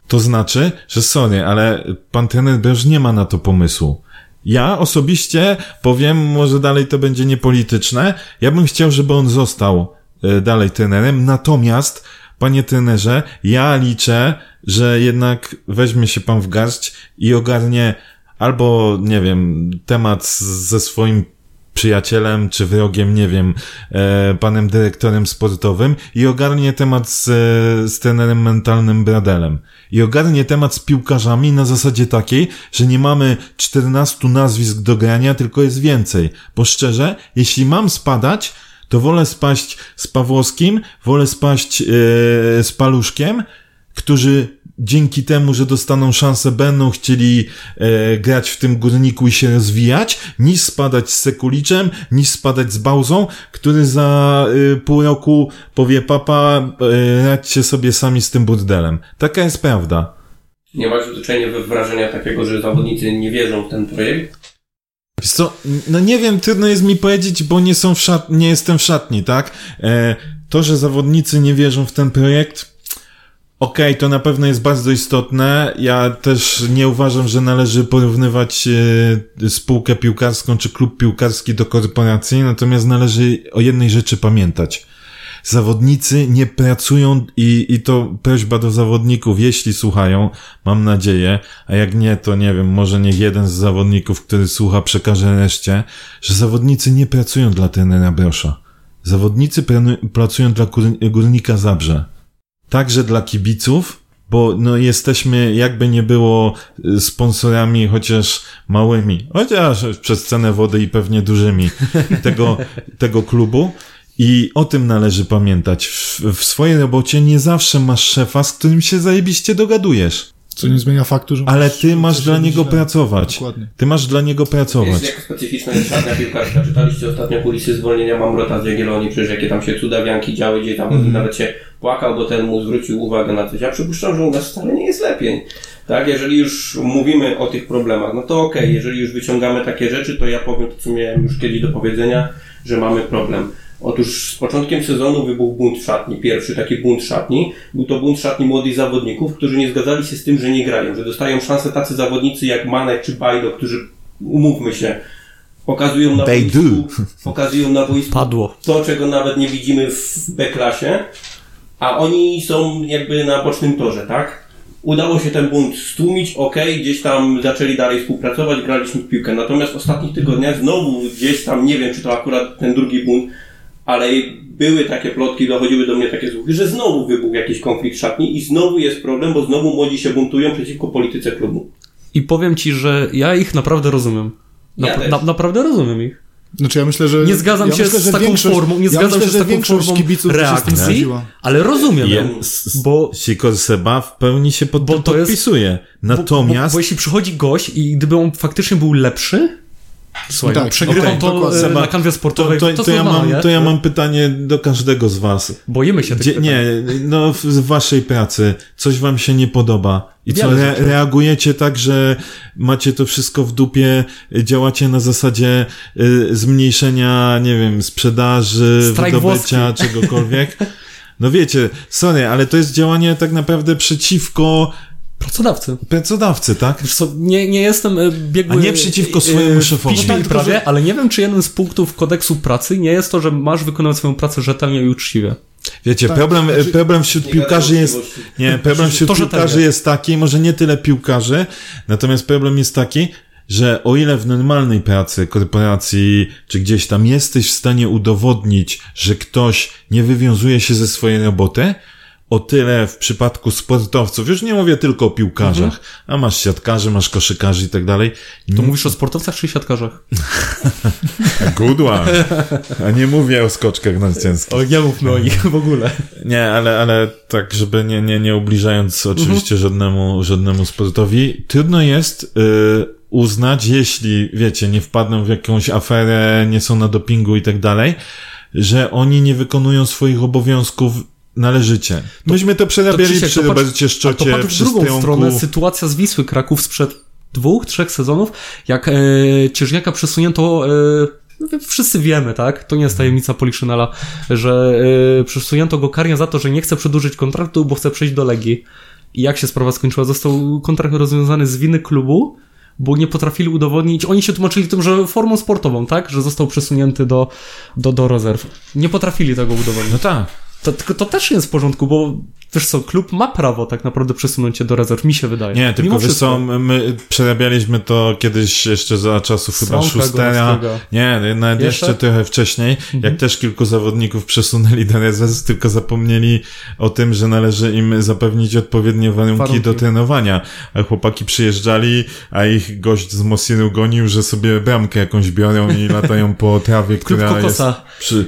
to znaczy, że sorry, ale pan trener Broż nie ma na to pomysłu. Ja osobiście powiem, może dalej to będzie niepolityczne, ja bym chciał, żeby on został y, dalej trenerem, natomiast, panie trenerze, ja liczę, że jednak weźmie się pan w garść i ogarnie albo, nie wiem, temat z, ze swoim przyjacielem czy wrogiem, nie wiem, e, panem dyrektorem sportowym i ogarnie temat z, z trenerem mentalnym Bradelem. I ogarnie temat z piłkarzami na zasadzie takiej, że nie mamy czternastu nazwisk do grania, tylko jest więcej. Bo szczerze, jeśli mam spadać, to wolę spaść z Pawłowskim, wolę spaść e, z Paluszkiem, którzy dzięki temu, że dostaną szansę, będą chcieli e, grać w tym Górniku i się rozwijać, niż spadać z Sekuliczem, niż spadać z Bałzą, który za e, pół roku powie papa, e, radźcie sobie sami z tym burdelem. Taka jest prawda. Nie masz zwyczajnie wrażenia takiego, że zawodnicy nie wierzą w ten projekt? Wiesz co, no nie wiem, trudno jest mi powiedzieć, bo nie są w szat... nie jestem w szatni, tak? E, to, że zawodnicy nie wierzą w ten projekt, okej, okay, to na pewno jest bardzo istotne. Ja też nie uważam, że należy porównywać e, spółkę piłkarską czy klub piłkarski do korporacji, natomiast należy o jednej rzeczy pamiętać. Zawodnicy nie pracują i, i to prośba do zawodników, jeśli słuchają, mam nadzieję, a jak nie, to nie wiem, może niech jeden z zawodników, który słucha, przekaże reszcie, że zawodnicy nie pracują dla trenera Brosza. Zawodnicy pra- pracują dla Górnika Zabrze. Także dla kibiców, bo no jesteśmy, jakby nie było, sponsorami chociaż małymi, chociaż przez cenę wody i pewnie dużymi tego, tego klubu. I o tym należy pamiętać. W, w swojej robocie nie zawsze masz szefa, z którym się zajebiście dogadujesz. Co nie zmienia faktu, że ale ty masz dla niego źle. pracować. Dokładnie. Ty masz dla niego pracować. Jest jak specyficzna jest szatnia piłkarska. Czytaliście ostatnio kulisy zwolnienia Mamrota z Jagiellonii, przecież jakie tam się cudawianki działy, gdzie tam mm. nawet się płakał, bo ten mu zwrócił uwagę na coś. Ja przypuszczam, że u nas wcale nie jest lepiej. Tak, jeżeli już mówimy o tych problemach, no to okej, okay. Jeżeli już wyciągamy takie rzeczy, to ja powiem to, co miałem już kiedyś do powiedzenia, że mamy problem. Otóż z początkiem sezonu wybuchł bunt szatni, pierwszy taki bunt szatni. Był to bunt szatni młodych zawodników, którzy nie zgadzali się z tym, że nie grają, że dostają szansę tacy zawodnicy jak Manek czy Bajdo, którzy, umówmy się, pokazują na boisku, pokazują na boisku Padło. to, czego nawet nie widzimy w B-klasie, a oni są jakby na bocznym torze, tak? Udało się ten bunt stłumić, okej, okay, gdzieś tam zaczęli dalej współpracować, graliśmy w piłkę. Natomiast w ostatnich tygodniach znowu gdzieś tam, nie wiem, czy to akurat ten drugi bunt, ale były takie plotki, dochodziły do mnie takie słuchy, że znowu wybuchł jakiś konflikt szatni i znowu jest problem, bo znowu młodzi się buntują przeciwko polityce klubu. I powiem ci, że ja ich naprawdę rozumiem. Napra- ja na- naprawdę rozumiem ich. Znaczy ja myślę, że... Nie zgadzam ja się myślę, z taką formą, nie ja zgadzam myślę, się z taką formą reakcji, ale rozumiem Je, ją, bo... Sikor Seba w pełni się pod tym podpisuje. Jest, Natomiast... Bo, bo, bo jeśli przychodzi gość i gdyby on faktycznie był lepszy, słuchaj, tak, przegrywam okay, to Seba, na kanwie sportowej, to, to, to, to, ja mam, to ja mam pytanie do każdego z was. Boimy się tych Gdzie, Nie, no w, w waszej pracy coś wam się nie podoba i co, re, reagujecie tak, że macie to wszystko w dupie, działacie na zasadzie y, zmniejszenia, nie wiem, sprzedaży, Strajk wydobycia, włoski. Czegokolwiek. No wiecie, sorry, ale to jest działanie tak naprawdę przeciwko Pracodawcy. Pracodawcy, tak? Wiesz co, nie, nie jestem biegły... A nie przeciwko swojemu szefowi. W piśmie i prawie, ale nie wiem, czy jeden z punktów kodeksu pracy nie jest to, że masz wykonywać swoją pracę rzetelnie i uczciwie. Wiecie, tak, problem, znaczy, problem wśród piłkarzy jest... Nie, problem wśród to, piłkarzy jest taki, może nie tyle piłkarzy, natomiast problem jest taki, że o ile w normalnej pracy, korporacji, czy gdzieś tam jesteś w stanie udowodnić, że ktoś nie wywiązuje się ze swojej roboty, o tyle w przypadku sportowców, już nie mówię tylko o piłkarzach, mhm. a masz siatkarzy, masz koszykarzy i tak dalej. To mówisz o sportowcach czy siatkarzach? Good one. A nie mówię o skoczkach narciarskich. O, nie mówmy o nich w ogóle. Nie, ale, ale tak, żeby nie, nie, nie ubliżając oczywiście mhm. żadnemu, żadnemu sportowi, trudno jest yy, uznać, jeśli, wiecie, nie wpadną w jakąś aferę, nie są na dopingu i tak dalej, że oni nie wykonują swoich obowiązków należycie. Myśmy to przerabiali to przy Robercie Szczocie, to przy w drugą Strąku. stronę sytuacja z Wisły Kraków sprzed dwóch, trzech sezonów, jak e, Cieżniaka przesunięto, e, wszyscy wiemy, tak? To nie jest tajemnica Poliszynela, że e, przesunięto go karnie za to, że nie chce przedłużyć kontraktu, bo chce przejść do Legii. I jak się sprawa skończyła? Został kontrakt rozwiązany z winy klubu, bo nie potrafili udowodnić, oni się tłumaczyli tym, że formą sportową, tak? Że został przesunięty do, do, do rezerw. Nie potrafili tego udowodnić. No tak. To, tylko to też nie jest w porządku, bo wiesz co, klub ma prawo tak naprawdę przesunąć się do rezerw, mi się wydaje. Nie, tylko wiesz co, my przerabialiśmy to kiedyś jeszcze za czasów chyba Schustera. Nie, nawet jeszcze? jeszcze trochę wcześniej, mhm. jak też kilku zawodników przesunęli do rezerw, tylko zapomnieli o tym, że należy im zapewnić odpowiednie warunki, warunki. do trenowania. A chłopaki przyjeżdżali, a ich gość z Mosinu gonił, że sobie bramkę jakąś biorą i latają po trawie, która jest przy,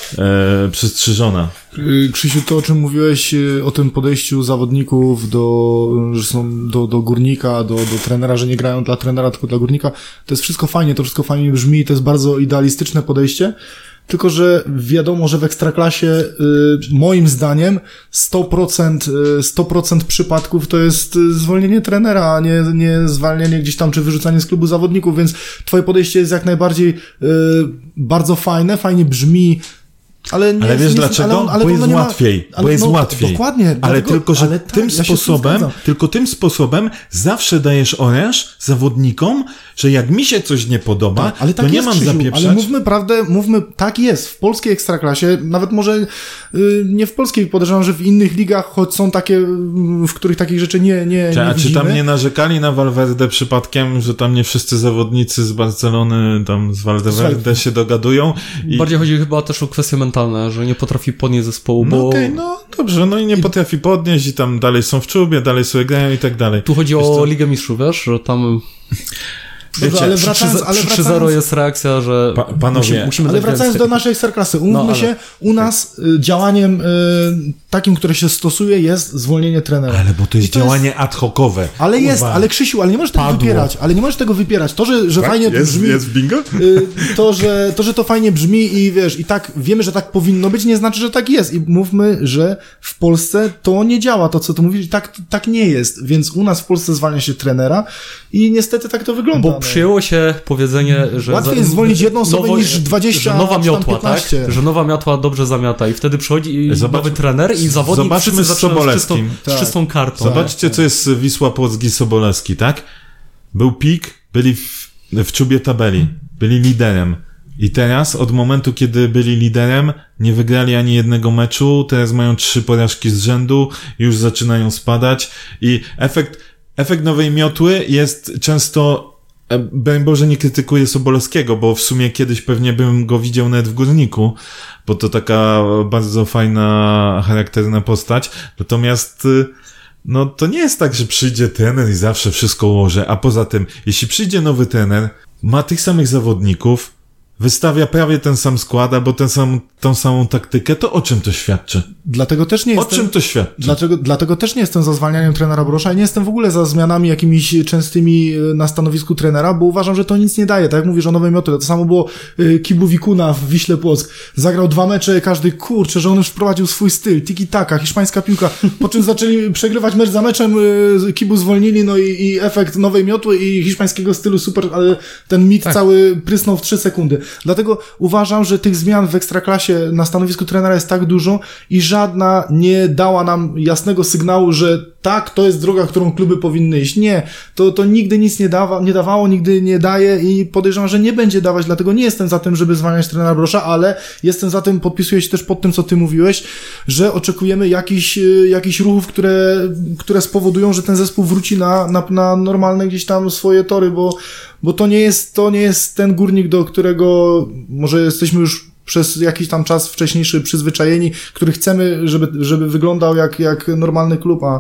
e, przystrzyżona. Krzysiu, to o czym mówiłeś, o tym podejściu zawodników do, że są do, do górnika, do, do trenera, że nie grają dla trenera, tylko dla górnika, to jest wszystko fajnie, to wszystko fajnie brzmi, to jest bardzo idealistyczne podejście, tylko że wiadomo, że w Ekstraklasie y, moim zdaniem sto procent, y, sto procent przypadków to jest zwolnienie trenera, a nie, nie zwalnianie gdzieś tam, czy wyrzucanie z klubu zawodników, więc twoje podejście jest jak najbardziej y, bardzo fajne, fajnie brzmi. Ale, nie, ale wiesz nie, dlaczego? Ale on, ale bo jest ma, łatwiej. ale bo jest no, łatwiej. Dokładnie. Ale dlatego, tylko, że ale tym tak, sposobem, ja tylko tym sposobem zawsze dajesz oręż zawodnikom, że jak mi się coś nie podoba, tak, ale tak to nie jest, mam Krzysiu, zapieprzać. Ale mówmy prawdę, mówmy, tak jest. W polskiej Ekstraklasie, nawet może yy, nie w polskiej, podejrzewam, że w innych ligach, choć są takie, w których takich rzeczy nie, nie, Czy, nie a widzimy. czy tam nie narzekali na Valverde przypadkiem, że tam nie wszyscy zawodnicy z Barcelony, tam z Valverde się dogadują? I... Bardziej chodzi chyba też o kwestie mentalne, że nie potrafi podnieść zespołu, bo... No okej, okay, no dobrze, no i nie potrafi podnieść i tam dalej są w czubie, dalej sobie grają i tak dalej. Tu chodzi wiesz o co? Ligę Mistrzów, wiesz, że tam... Dobrze, Wiecie, ale wracając, ale trzy zero jest reakcja, że pa, panowie, musimy, musimy ale wracając do naszej Ekstraklasy, umówmy no, ale... się, u nas y, działaniem y, takim, które się stosuje, jest zwolnienie trenera. Ale bo to jest to działanie jest... ad hocowe. Ale Uwa. jest, ale Krzysiu, ale nie możesz tego Padło. wypierać, ale nie możesz tego wypierać. To, że, że tak? fajnie to jest, brzmi... Jest bingo? Y, to, że, to, że to fajnie brzmi i wiesz, i tak wiemy, że tak powinno być, nie znaczy, że tak jest. I mówmy, że w Polsce to nie działa, to co ty mówisz, tak, tak nie jest. Więc u nas w Polsce zwalnia się trenera i niestety tak to wygląda. Bo no. przyjęło się powiedzenie, że... Łatwiej za, jest zwolnić jedną osobę nowo, niż dwadzieścia, że nowa miotła, piętnaście. Tak? Że nowa miotła dobrze zamiata i wtedy przychodzi Zobacz, nowy trener i zawodnik zobaczmy wszyscy z zaczynają z czystą, tak. z czystą kartą. Zobaczcie, co jest Wisła Płock Sobolewski, tak? Był pik, byli w, w czubie tabeli, byli liderem. I teraz, od momentu, kiedy byli liderem, nie wygrali ani jednego meczu, teraz mają trzy porażki z rzędu, już zaczynają spadać i efekt, efekt nowej miotły jest często, broń Boże, nie krytykuję Sobolewskiego, bo w sumie kiedyś pewnie bym go widział nawet w Górniku, bo to taka bardzo fajna, charakterna postać, natomiast no to nie jest tak, że przyjdzie trener i zawsze wszystko ułoży, a poza tym, jeśli przyjdzie nowy trener, ma tych samych zawodników, wystawia prawie ten sam skład, albo ten sam, tą samą taktykę, to o czym to świadczy? Dlatego też nie o jestem... O czym to świadczy? Dlaczego, dlatego też nie jestem za zwalnianiem trenera Brosza i nie jestem w ogóle za zmianami jakimiś częstymi na stanowisku trenera, bo uważam, że to nic nie daje. Tak jak mówisz o nowej miotły, to samo było y, Kibu Wikuna w Wiśle Płock. Zagrał dwa mecze, każdy kurczę, że on już wprowadził swój styl, tiki-taka, hiszpańska piłka, po czym zaczęli przegrywać mecz za meczem, y, Kibu zwolnili, no i, i efekt nowej miotły i hiszpańskiego stylu super, ale ten mit tak. cały prysnął w trzy sekundy. Dlatego uważam, że tych zmian w Ekstraklasie na stanowisku trenera jest tak dużo i żadna nie dała nam jasnego sygnału, że tak, to jest droga, którą kluby powinny iść. Nie, to, to nigdy nic nie, dawa, nie dawało, nigdy nie daje i podejrzewam, że nie będzie dawać, dlatego nie jestem za tym, żeby zwalniać trenera Brosza, ale jestem za tym, podpisuję się też pod tym, co ty mówiłeś, że oczekujemy jakichś, jakichś ruchów, które, które spowodują, że ten zespół wróci na, na, na normalne gdzieś tam swoje tory, bo, bo to nie jest, to nie jest ten Górnik, do którego może jesteśmy już przez jakiś tam czas wcześniejszy przyzwyczajeni, który chcemy, żeby, żeby wyglądał jak, jak normalny klub, a,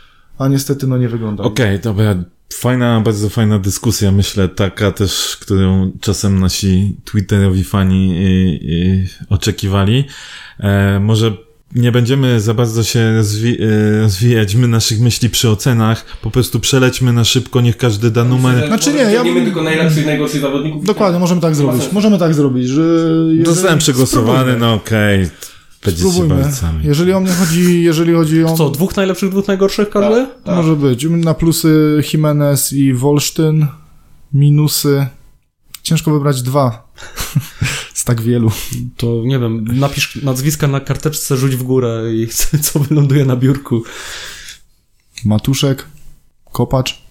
a niestety no nie wygląda. Okej, okay, dobra. Fajna, bardzo fajna dyskusja, myślę, taka też, którą czasem nasi twitterowi fani y, y, oczekiwali. E, może nie będziemy za bardzo się rozwi- rozwijać my naszych myśli przy ocenach, po prostu przelećmy na szybko, niech każdy da numer. Myślę, znaczy nie, ja bym... tylko najlepszych, najgorszych zawodników. Dokładnie, możemy tak zrobić. Możemy tak zrobić, że... Jeżeli... Zostałem przegłosowany, no okej. Okay. Spróbujmy. Jeżeli o mnie chodzi, jeżeli chodzi o... Co, dwóch najlepszych, dwóch najgorszych każdy? Tak, tak. Może być. Na plusy Jimenez i Wolsztyn, minusy... Ciężko wybrać dwa. Z tak wielu. To nie wiem, napisz nazwiska na karteczce, rzuć w górę i co wyląduje na biurku. Matuszek, Kopacz.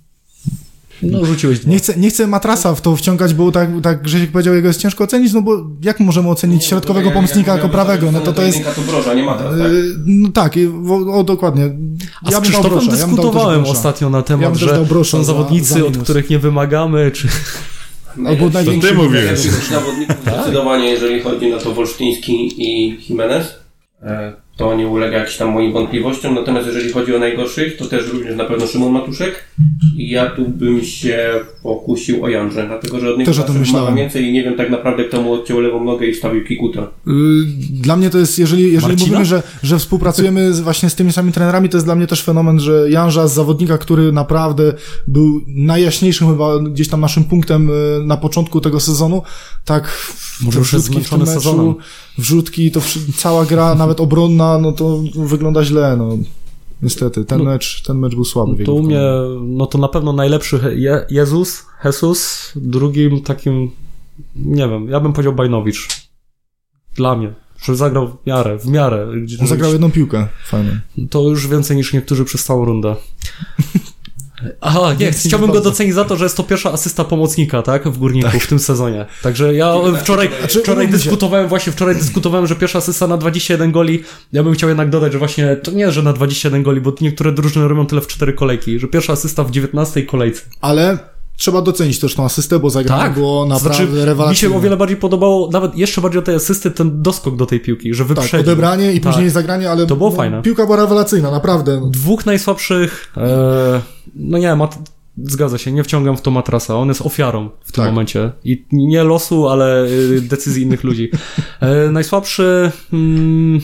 No, rzuciłeś dwa. Nie chcę, nie chcę Matrasa w to wciągać, bo tak, tak Grzesiek powiedział, jego jest ciężko ocenić, no bo jak możemy ocenić Nie, środkowego ja, pomocnika ja, jako ja prawego? No to to jest... To Broża, nie Matras, tak? Yy, no tak, i, o, o dokładnie. A Ja z bym dał Krzysztofem Brosza, ja bym dał też dyskutowałem Brosza. ostatnio na Ja temat, bym też że dał Brosza są za- zawodnicy, za od minus. których nie wymagamy, czy... Albo największy... ty mówiłeś. Najlepszych zawodników zdecydowanie, jeżeli chodzi na to Wolsztyński i Jimenez, e, to nie ulega jakimś tam moim wątpliwościom. Natomiast jeżeli chodzi o najgorszych, to też również na pewno Szymon Matuszek. I ja tu bym się pokusił o Janże, dlatego że od niego Też o tym zawsze myślałem. wymaga więcej i nie wiem tak naprawdę, kto mu odciął lewą nogę i wstawił kikuta. Yy, Dla mnie to jest, jeżeli, jeżeli Marcina? mówimy, że, że współpracujemy z, właśnie z tymi samymi trenerami, to jest dla mnie też fenomen, że Janża z zawodnika, który naprawdę był najjaśniejszym chyba gdzieś tam naszym punktem yy, na początku tego sezonu, tak Może te już jest wrzutki w tym zmęczony meczu, sezonem. wrzutki, to wszy- cała gra, nawet obronna, no to wygląda źle, no. Niestety, ten No, mecz, ten mecz był słaby. w jego To u mnie, wykonaniu. no to na pewno najlepszy Je- Je- Jezus, Jesus, drugim takim, nie wiem, ja bym powiedział Bajnowicz. Dla mnie. Że zagrał w miarę, w miarę. Gdzie- On zagrał jedną piłkę, fajnie. To już więcej niż niektórzy przez całą rundę. Aha, nie, Więc chciałbym go bardzo. docenić za to, że jest to pierwsza asysta pomocnika, tak, w Górniku w tym sezonie. Także ja wczoraj, Znaczy, wczoraj umówmy się. dyskutowałem, właśnie wczoraj dyskutowałem, że pierwsza asysta na dwadzieścia jeden goli, ja bym chciał jednak dodać, że właśnie, to nie, że na dwadzieścia jeden goli, bo niektóre drużyny robią tyle w cztery kolejki, że pierwsza asysta w dziewiętnastej kolejce. Ale trzeba docenić też tą asystę, bo zagranie Tak, było naprawdę znaczy, mi się rewelacyjne. o wiele bardziej podobało, nawet jeszcze bardziej od tej asysty, ten doskok do tej piłki, że Tak, wyprzedził. odebranie i Tak. później zagranie, ale To było no, fajne. piłka była rewelacyjna, naprawdę. Dwóch najsłabszych, e, no nie, mat, zgadza się, nie wciągam w to Matrasa, on jest ofiarą w tym Tak. momencie. I nie losu, ale y, decyzji innych ludzi. E, najsłabszy, mm,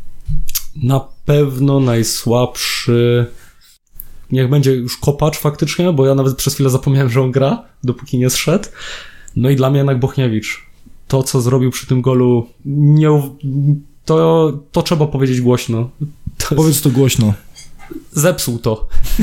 na pewno najsłabszy, niech będzie już Kopacz faktycznie, bo ja nawet przez chwilę zapomniałem, że on gra, dopóki nie zszedł. No i dla mnie jednak Bochniewicz. To, co zrobił przy tym golu, nie, u- to, to trzeba powiedzieć głośno. To Powiedz to głośno. zepsuł to.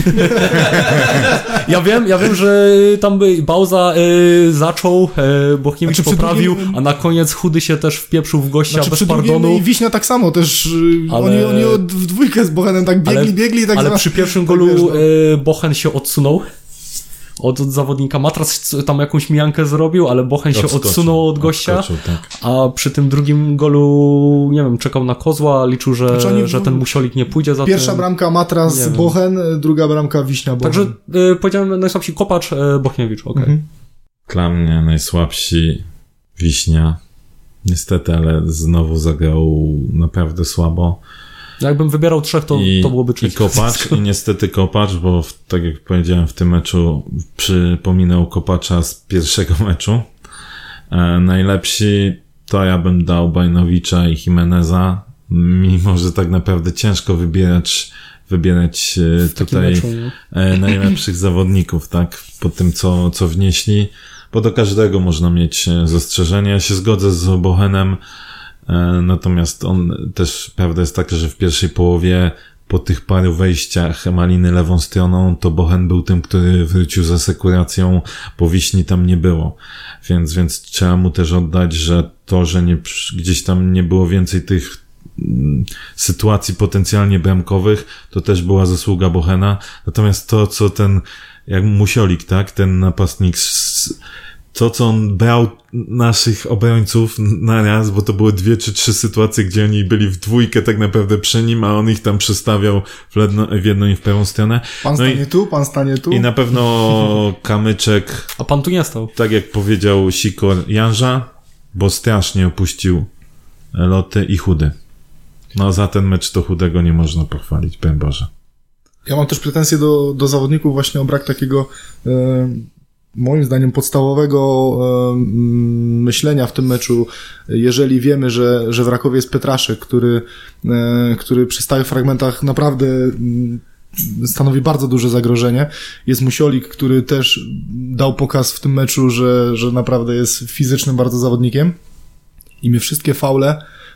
ja wiem, ja wiem, że tam by Bauza y, zaczął, y, Bochniewicz Znaczy, przy poprawił, drugim- a na koniec Chudy się też wpieprzył w gościa Znaczy bez przy drugim pardonu. i Wiśnia tak samo też, y, Ale- oni, oni od, w dwójkę z Bochenem tak biegli, Ale- biegli i tak Ale za- przy pierwszym tak golu wiesz, no. y, Bochen się odsunął od, od zawodnika. Matras c- tam jakąś mijankę zrobił, ale Bochen się Odskoczył, odsunął od gościa. odskoczył, tak. A przy tym drugim golu, nie wiem, czekał na kozła, liczył, że, Znaczy oni w- że ten Musiolik nie pójdzie za Pierwsza tym. bramka Matras Nie wiem. Bochen, druga bramka Wiśnia Bochen. Także y, powiedziałem najsłabsi Kopacz, y, Bochniewicz, okej. Mhm. Dla mnie najsłabsi Wiśnia. Niestety, ale znowu zagrał naprawdę słabo. Jakbym wybierał trzech, to, I, to byłoby i trzeci. Kopacz, i niestety Kopacz, bo w, tak jak powiedziałem w tym meczu, przypominał Kopacza z pierwszego meczu. E, najlepsi to ja bym dał Bajnowicza i Jimeneza, mimo że tak naprawdę ciężko wybierać, wybierać e, W takim tutaj meczu, nie? e, najlepszych zawodników, tak, po tym co, co wnieśli, bo do każdego można mieć e, zastrzeżenia. Ja się zgodzę z Bochenem, e, natomiast on też, prawda jest taka, że w pierwszej połowie po tych paru wejściach Maliny lewą stroną, to Bochen był tym, który wrócił z asekuracją, bo Wiśni tam nie było. Więc, więc trzeba mu też oddać, że to, że nie, gdzieś tam nie było więcej tych mm, sytuacji potencjalnie bramkowych, to też była zasługa Bochena. Natomiast to, co ten, jak Musiolik, tak, ten napastnik, s- to, co on brał naszych obrońców na raz, bo to były dwie czy trzy sytuacje, gdzie oni byli w dwójkę tak naprawdę przy nim, a on ich tam przestawiał w, ledno, w jedną i w prawą stronę. Pan No stanie i, tu, pan stanie tu. i na pewno Kamyczek, A pan tu nie stał. tak jak powiedział Sikor, Janża, bo strasznie opuścił loty i Chudy. No za ten mecz to Chudego nie można pochwalić, powiem Boże. Ja mam też pretensje do, do zawodników właśnie o brak takiego e, moim zdaniem podstawowego e, mm, myślenia w tym meczu. Jeżeli wiemy, że, że w Rakowie jest Petraszek, który, e, który przy stałych fragmentach naprawdę mm, stanowi bardzo duże zagrożenie. Jest Musiolik, który też dał pokaz w tym meczu, że, że naprawdę jest fizycznym bardzo zawodnikiem. I my wszystkie faule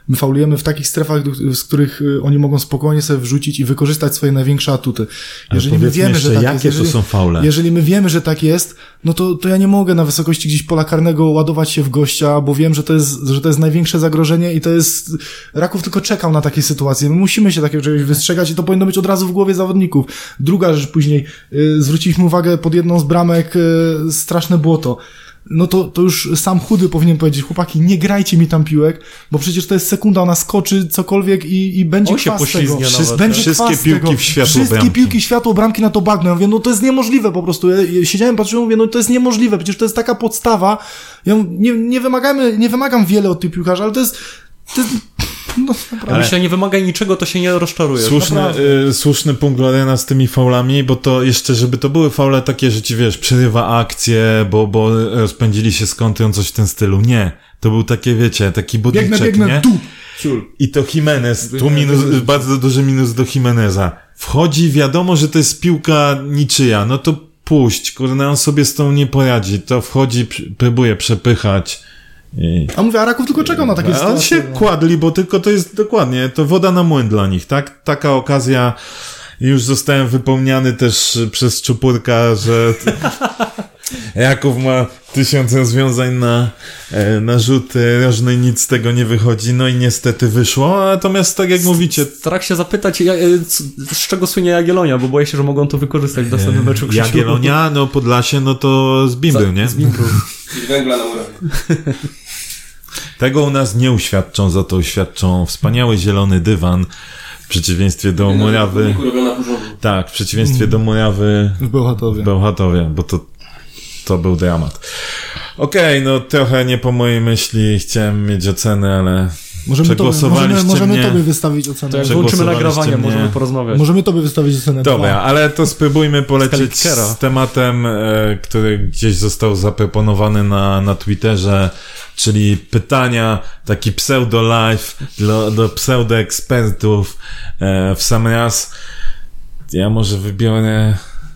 My faulujemy w takich strefach, z których oni mogą spokojnie sobie wrzucić i wykorzystać swoje największe atuty. Jeżeli my wiemy, że tak jakie jest, jeżeli, to są faule? jeżeli my wiemy, że tak jest, no to, to ja nie mogę na wysokości gdzieś pola karnego ładować się w gościa, bo wiem, że to jest, że to jest największe zagrożenie i to jest... Raków tylko czekał na takie sytuacje. My musimy się takiego czegoś wystrzegać i to powinno być od razu w głowie zawodników. Druga rzecz później, yy, zwróciliśmy uwagę pod jedną z bramek, yy, straszne błoto. No to, to już sam Chudy powinien powiedzieć, chłopaki, nie grajcie mi tam piłek, bo przecież to jest sekunda, ona skoczy, cokolwiek i, i będzie On się kwas tego. poślizgnie nawet, Będzie Wszystkie kwas piłki tego. w światło Wszystkie bramki. piłki w światło bramki na to bagno. Ja mówię, no to jest niemożliwe po prostu. Ja, ja siedziałem, patrzyłem, mówię, no to jest niemożliwe, przecież to jest taka podstawa. Ja nie, nie wymagamy, nie wymagam wiele od tych piłkarzy, ale to jest, to jest no, Ale jeśli nie wymaga niczego, to się nie rozczaruje. Słuszny, y, słuszny punkt Lorena z tymi faulami, bo to jeszcze, żeby to były faule takie, że ci wiesz, przerywa akcję, bo, bo rozpędzili się z kontrą, coś w tym stylu. Nie. To był takie, wiecie, taki bodliczek, biegnę, biegnę, nie? tu. I to Jimenez, tu minus, bardzo duży minus do Jimeneza. Wchodzi, wiadomo, że to jest piłka niczyja, no to puść, kurde, on sobie z tą nie poradzi. To wchodzi, próbuje przepychać. I... A mówię, a Raków tylko czekał na takie A on sytuacje. się kładli, bo tylko to jest dokładnie, to woda na młyn dla nich, tak? Taka okazja, już zostałem wypomniany też przez Czupurka, że Jakub ma tysiąc rozwiązań na, na rzuty rożne i nic z tego nie wychodzi, no i niestety wyszło, natomiast tak jak mówicie... Staram się zapytać, ja, z czego słynie Jagiellonia, bo boję się, że mogą to wykorzystać w następnym meczu. Jagiellonia, no Podlasie, no to z Bimbru, nie? Z Bimbru. I węgla na murawie. Tego u nas nie uświadczą, za to uświadczą wspaniały zielony dywan, w przeciwieństwie do Murawy. Tak, w przeciwieństwie do Murawy W Bełchatowie. w Bełchatowie, bo to, to był dramat. Okej, okay, no trochę nie po mojej myśli, chciałem mieć ocenę, ale Możemy, tobie, przegłosowaliście możemy, możemy mnie. tobie wystawić ocenę. To jak włączymy Przegłosowaliście nagrywanie, mnie. możemy porozmawiać. Możemy tobie wystawić ocenę Dobra, dwa. ale to spróbujmy polecieć Skalickera. z tematem, e, który gdzieś został zaproponowany na, na Twitterze, czyli pytania, taki pseudo-live do, do pseudo-ekspertów e, w sam raz. Ja może wybiorę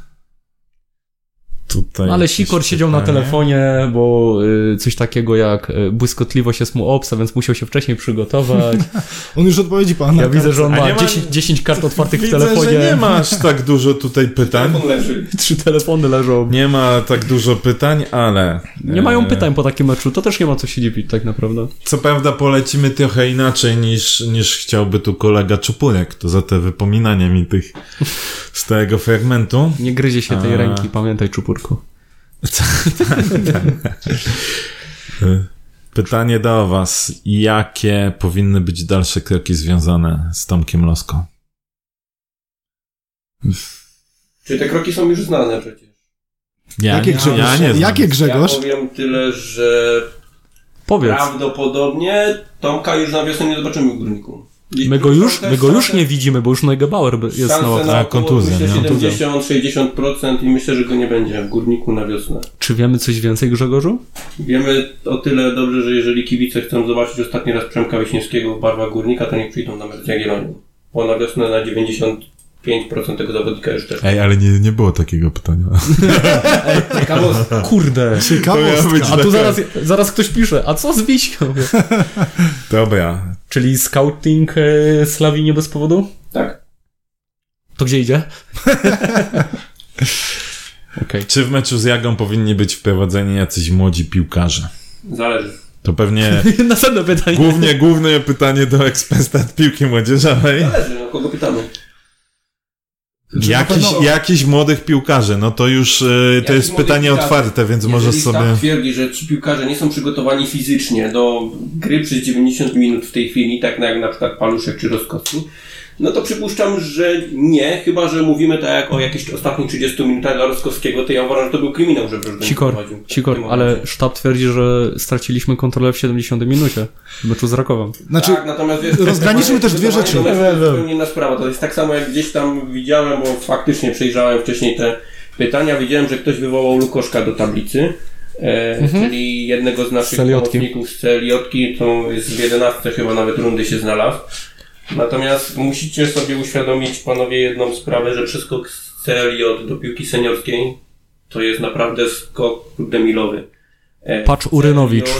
tutaj... Ale jakieś Sikor siedział na pytanie. telefonie, bo y, coś takiego jak y, błyskotliwość jest mu obca, więc musiał się wcześniej przygotować. On już odpowiedzi pana. Ja widzę, że on A ma nie ma- dziesięć, dziesięć kart otwartych w Widzę, telefonie. że nie ma aż tak dużo tutaj pytań. Telefon leży. Trzy telefony leżą. Nie ma tak dużo pytań, ale... Nie mają e, pytań po takim meczu, to też nie ma co się dziwić tak naprawdę. Co prawda polecimy trochę inaczej niż, niż chciałby tu kolega Czupurek, to za te wypominanie mi tych z tego fragmentu. Nie gryzie się tej A. ręki, pamiętaj, Czupurku. Pytanie do was. Jakie powinny być dalsze kroki związane z Tomkiem Losko? Czyli te kroki są już znane przecież. Ja, Jakie nie- Grzegorz? ja nie znam. Jakie Grzegorz? Ja powiem tyle, że Powiedz, prawdopodobnie Tomka już na wiosnę nie zobaczymy w Górniku. I my go tu już, są te my go już szanse- nie widzimy, bo już Neugebauer jest na szanse ławce. na A, około, kontuzja, myślę, nie? siedemdziesiąt do sześćdziesięciu procent i myślę, że go nie będzie w Górniku na wiosnę. Czy wiemy coś więcej, Grzegorzu? Wiemy o tyle dobrze, że jeżeli kibice chcą zobaczyć ostatni raz Przemka Wiśniewskiego w barwach Górnika, to niech przyjdą na mecz z Jagiellonią. Bo na wiosnę na dziewięćdziesiąt pięć procent tego zawodnika już też. Ej, ale nie, nie było takiego pytania. Ciekawostka. Kurde. To miało być A tu taka- zaraz, zaraz ktoś pisze, a co z Wiśnią? Dobra. Czyli scouting e, Slawii nie bez powodu? Tak. To gdzie idzie? Okej. Czy w meczu z Jagą powinni być wprowadzeni jacyś młodzi piłkarze? Zależy. To pewnie Następne pytanie. głównie, główne pytanie do eksperta od piłki młodzieżowej. Zależy, no kogo pytamy. Jakiś, pewno- jakichś młodych piłkarzy, no to już e, to Jakich jest młodych pytanie piłkarzy? otwarte, więc Jeżeli możesz sobie... tak twierdzi, że ci piłkarze nie są przygotowani fizycznie do gry przez dziewięćdziesiąt minut w tej chwili, tak jak na przykład Paluszek czy Rostkowski, no to przypuszczam, że nie, chyba że mówimy tak jak o jakichś ostatnich trzydziestu minutach dla Rostkowskiego, to ja uważam, że to był kryminał, że Brożdżoń Sikor, prowadził w Sikor, tym ale momencie. sztab twierdzi, że straciliśmy kontrolę w siedemdziesiątej minucie w meczu z Rakowem. Znaczy, tak, natomiast wiesz, rozgraniczmy też dwie rzeczy. To jest zupełnie inna sprawa. To jest tak samo jak gdzieś tam widziałem, bo faktycznie przejrzałem wcześniej te pytania. Widziałem, że ktoś wywołał Lukoszka do tablicy, e, Mhm. czyli jednego z naszych Z Celiotki. pomocników z Celiotki, to jest w jedenastce chyba nawet rundy się znalazł. Natomiast musicie sobie uświadomić, panowie, jedną sprawę, że przeskok z Celiot do piłki seniorskiej to jest naprawdę skok milowy. E, Patrz, Urynowicz. Celiot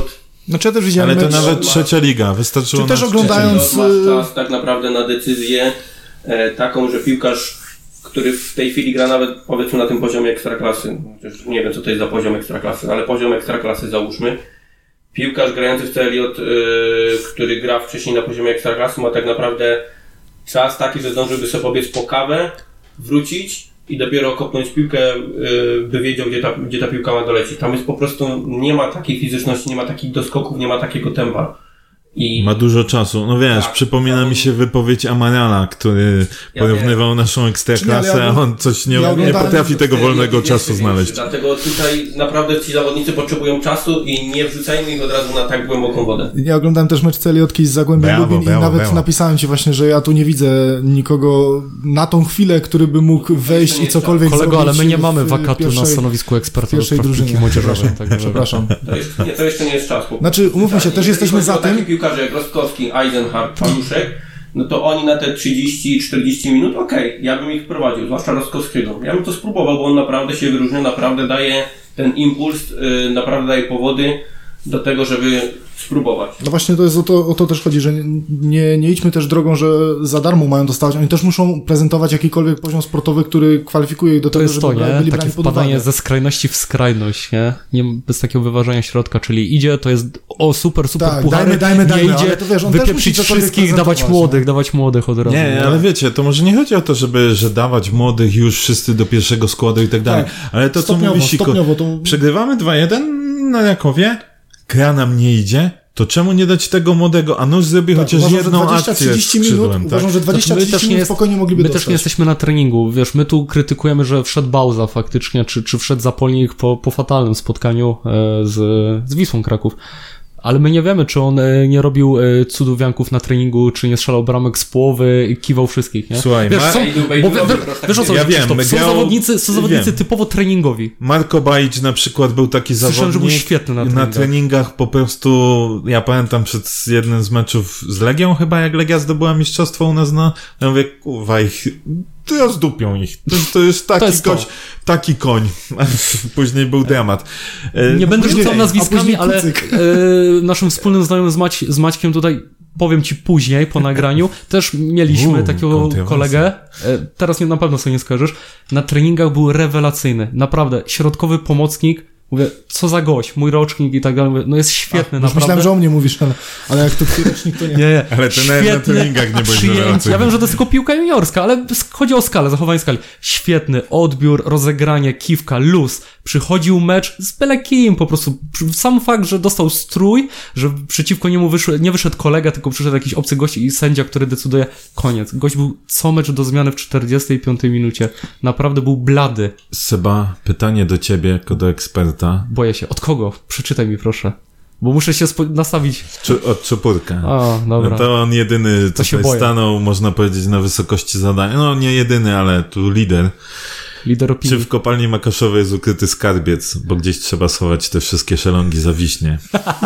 Znaczy ja też widziałem Ale to mecz, nawet trzecia liga, wystarczyło... Czy też na... oglądając... Masz czas tak naprawdę na decyzję e, taką, że piłkarz, który w tej chwili gra nawet powiedzmy na tym poziomie ekstraklasy, chociaż nie wiem co to jest za poziom ekstraklasy, ale poziom ekstraklasy załóżmy, piłkarz grający w C L J, e, który gra wcześniej na poziomie ekstraklasy, ma tak naprawdę czas taki, że zdążyłby sobie pobiec po kawę, wrócić i dopiero kopnąć piłkę, yy, by wiedział, gdzie ta, gdzie ta piłka ma dolecieć. Tam jest po prostu, nie ma takiej fizyczności, nie ma takich doskoków, nie ma takiego tempa. I... Ma dużo czasu. No wiesz, Tak, przypomina tak. mi się wypowiedź Amarala, który Ja porównywał wiem. naszą ekstraklasę, Czy nie, ale ja a on coś nie, ja nie oglądałem potrafi tego Wtedy wolnego jest czasu większy. znaleźć. Dlatego tutaj naprawdę ci zawodnicy potrzebują czasu i nie wrzucajmy ich od razu na tak głęboką wodę. Ja oglądałem też mecz C L J z Zagłębiem Brawo, Lubin i brawo, nawet brawo. napisałem ci właśnie, że ja tu nie widzę nikogo na tą chwilę, który by mógł wejść i cokolwiek Kolego, zrobić. ale my nie w mamy wakatu pierwszej, na stanowisku eksperta do pierwszej spraw piłki drużynie. młodzieżowej. Także... Przepraszam. To, jest, nie, to jeszcze nie jest czas. Po Znaczy, umówmy się, Tak, też jeżeli jesteśmy chodzi za o tym. Takie piłkarze jak Rostkowski, Eisenhardt, Paluszek, no to oni na te trzydzieści czterdzieści minut, okej, okay, ja bym ich prowadził, zwłaszcza Rostkowskiego. Ja bym to spróbował, bo on naprawdę się wyróżnia, naprawdę daje ten impuls, yy, naprawdę daje powody do tego, żeby spróbować. No właśnie to jest o to, o to też chodzi, że nie, nie idźmy też drogą, że za darmo mają dostawać. Oni też muszą prezentować jakikolwiek poziom sportowy, który kwalifikuje ich do To tego, jest żeby to, byli nie? brani Takie pod uwagę. wpadanie ze skrajności w skrajność, nie? nie? Bez takiego wyważenia środka, czyli idzie, to jest o super, super Tak, puchary, dajmy, dajmy, dajmy, nie ale idzie, to wiesz, on też wypieprzyć musi cokolwiek wszystkich, dawać prezentować, młodych, nie? dawać młodych od razu. Nie, ale wiecie, to może nie chodzi o to, żeby że dawać młodych już wszyscy do pierwszego składu i tak dalej. Tak. Ale to, co Stopniowo, mówi Siko, stopniowo to... przegrywamy dwa jeden na Jakowie, gra nam nie idzie, to czemu nie dać tego młodego? A nóż zrobi Tak, chociaż uważam, że jedną dwadzieścia akcję trzydzieści minut, skrzydłem, tak? uważam, że dwadzieścia Znaczy, my też trzydzieści nie minut jest- spokojnie mogliby My dostać. też nie jesteśmy na treningu, wiesz, my tu krytykujemy, że wszedł Bauza faktycznie, czy, czy wszedł Zapolnik po, po fatalnym spotkaniu e, z, z Wisłą Kraków. Ale my nie wiemy, czy on e, nie robił e, cudów wianków na treningu, czy nie strzelał bramek z połowy i kiwał wszystkich, nie? Słuchaj, wiesz, ma- są, Ej, Dubej, bo, Dubej, wie- proszę, wiesz o co ja chodzi, wiem, Krzysztof? Są grał- zawodnicy, są zawodnicy wiem. typowo treningowi. Marko Bajic na przykład był taki Słyszałem, że zawodnik. był świetny na na treningach. treningach po prostu, ja pamiętam przed jednym z meczów z Legią chyba, jak Legia zdobyła mistrzostwo u nas, no, ja mówię, kurwa, ich, to ja zdupią ich. To, to jest taki To jest to. gość, taki koń. Później był dramat. E, Nie będę później- rzucał a nazwiskami, później ale Kucyk. e, naszym wspólnym znajomym z, Mać, z Maćkiem tutaj, powiem ci później, po nagraniu, też mieliśmy Uuu, takiego kontrowersja. kolegę, e, teraz nie, na pewno sobie nie skojarzysz, na treningach był rewelacyjny, naprawdę, środkowy pomocnik, mówię, co za gość, mój rocznik i tak dalej, mówię, no jest świetny, Już naprawdę. myślałem, że o mnie mówisz, ale, ale jak to twój rocznik, to nie. Nie, nie. Ale ty nawet na treningach nie byłeś przyjęcie. rewelacyjny. Ja wiem, że to jest tylko piłka juniorska, ale chodzi o skalę, zachowanie skali. Świetny odbiór, rozegranie, kiwka, luz. Przychodził mecz z byle kim, po prostu. Sam fakt, że dostał strój, że przeciwko niemu wyszły, nie wyszedł kolega, tylko przyszedł jakiś obcy gość i sędzia, który decyduje, koniec. Gość był co mecz do zmiany w czterdziestej piątej minucie. Naprawdę był blady. Seba, pytanie do ciebie jako do eksperta. Boję się. Od kogo? Przeczytaj mi proszę. Bo muszę się spo- nastawić. Czu, od Czupurka. A, dobra. No to on jedyny To się tutaj boję. stanął, można powiedzieć, na wysokości zadania. No nie jedyny, ale tu lider. Lider Czy opinii. w kopalni Makoszowej jest ukryty skarbiec, bo gdzieś trzeba schować te wszystkie szelongi za wiśnie.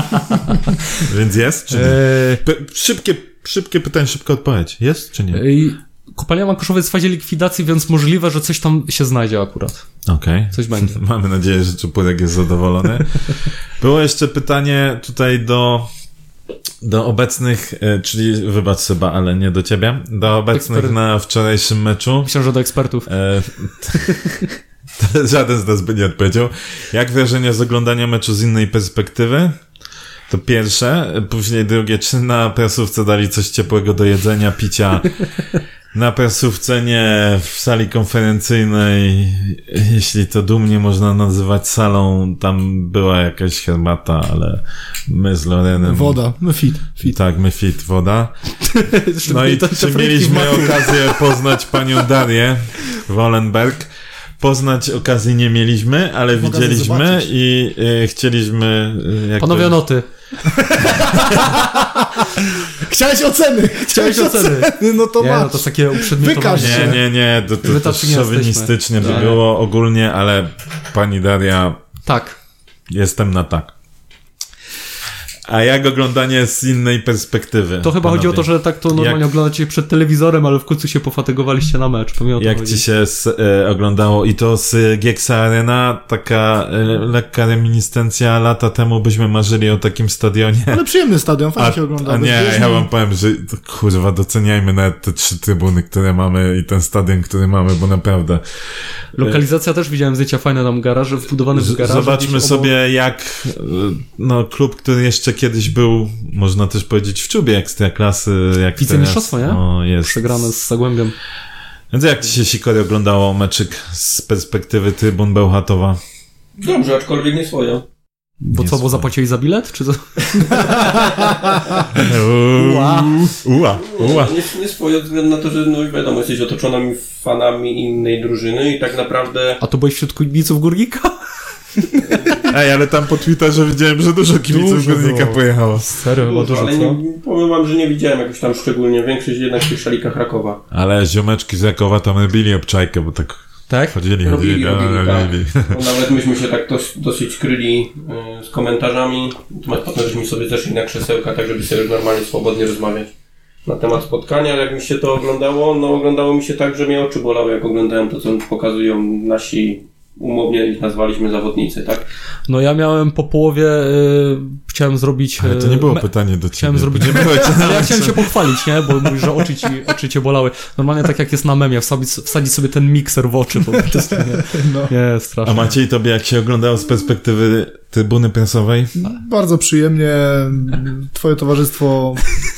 Więc jest, czy nie? Eee, P- szybkie, szybkie pytanie, szybka odpowiedź. Jest, czy nie? I kopalnia Makoszowa jest w fazie likwidacji, więc możliwe, że coś tam się znajdzie akurat. Okej. Coś będzie. Mamy nadzieję, że Czupurek jest zadowolony. Było jeszcze pytanie tutaj do, do obecnych, e, czyli wybacz Seba, ale nie do ciebie, do obecnych Ekspert. na wczorajszym meczu. Myślę, że do ekspertów. E, żaden z nas by nie odpowiedział. Jak wrażenia z oglądania meczu z innej perspektywy? To pierwsze. Później drugie, czy na prasówce dali coś ciepłego do jedzenia, picia? Na prasówce nie, w sali konferencyjnej, jeśli to dumnie można nazywać salą, tam była jakaś herbata, ale my z Lorenem... Woda, no fit, fit. Tak, my fit, woda. No i Te- te czy frytki w mieliśmy maku. okazję poznać panią Darię Wollenberg? Poznać okazji nie mieliśmy, ale Okazję widzieliśmy zobaczyć. i y, chcieliśmy... Y, jak Panowie to- noty. Chciałeś oceny! Chciałeś oceny. No to Nie, masz. no to jest takie uprzedmiotowanie. Wykaż Nie, nie, nie, to, to, My to tacy nie szowinistycznie by jesteśmy. było ogólnie, ale pani Daria, Tak. jestem na tak. A jak oglądanie z innej perspektywy? To chyba panowie? chodzi o to, że tak to normalnie jak, oglądacie przed telewizorem, ale w końcu się pofatygowaliście na mecz. To mi o to jak chodzi. ci się z, e, oglądało i to z Gieksa Arena, taka e, lekka reminiscencja, lata temu byśmy marzyli o takim stadionie. Ale przyjemny stadion, fajnie się ogląda. A nie, ja wam powiem, że kurwa, doceniajmy nawet te trzy trybuny, które mamy i ten stadion, który mamy, bo naprawdę. Lokalizacja też widziałem zdjęcia fajne, tam garaże, wbudowany w garażu. Zobaczmy sobie, obok... jak no, klub, który jeszcze kiedyś był, można też powiedzieć, w czubie ekstraklasy, jak Wicemistrzostwo, nie? O, jest. Przegrane z Zagłębiem. Więc jak ci się, Sikory, oglądało meczyk z perspektywy trybun Bełchatowa? Dobrze, aczkolwiek nie swoją. Bo nie co, bo swoją. zapłacili za bilet, czy co? Ua, ua, ua. Nie, nie swoje, ze względu na to, że no wiadomo, jesteś otoczonymi fanami innej drużyny i tak naprawdę... A to byłeś wśród kibiców Górnika? Ej, ale tam po Twitterze widziałem, że dużo kibiców Dużo Górnika było. pojechało. Serio, chyba dużo, ale co? nie, powiem wam, że nie widziałem jakoś tam szczególnie. Większość jednak w tych szalikach Rakowa. Ale ziomeczki z Rakowa tam robili obczajkę, bo tak Tak? chodzili, Robili, chodzili, robili, robili. tak. No, nawet myśmy się tak dos, dosyć kryli y, z komentarzami. Natomiast potem żeśmy sobie zeszli na krzesełka, tak żeby sobie normalnie, swobodnie rozmawiać na temat spotkania. Ale jak mi się to oglądało, no oglądało mi się tak, że mnie oczy bolały, jak oglądałem to, co pokazują nasi, umownie ich nazwaliśmy, zawodnicy, tak? No ja miałem po połowie, y, chciałem zrobić... Ale to nie było me- pytanie do ciebie. Chciałem zrobić... Nie było Ale ja chciałem się pochwalić, nie? Bo mówisz, że oczy ci, oczy cię bolały. Normalnie tak jak jest na memie, wsadzić, wsadzić sobie ten mikser w oczy po prostu, nie? No. Nie, strasznie. A Maciej, tobie jak się oglądało z perspektywy trybuny prasowej? Bardzo przyjemnie. Twoje towarzystwo...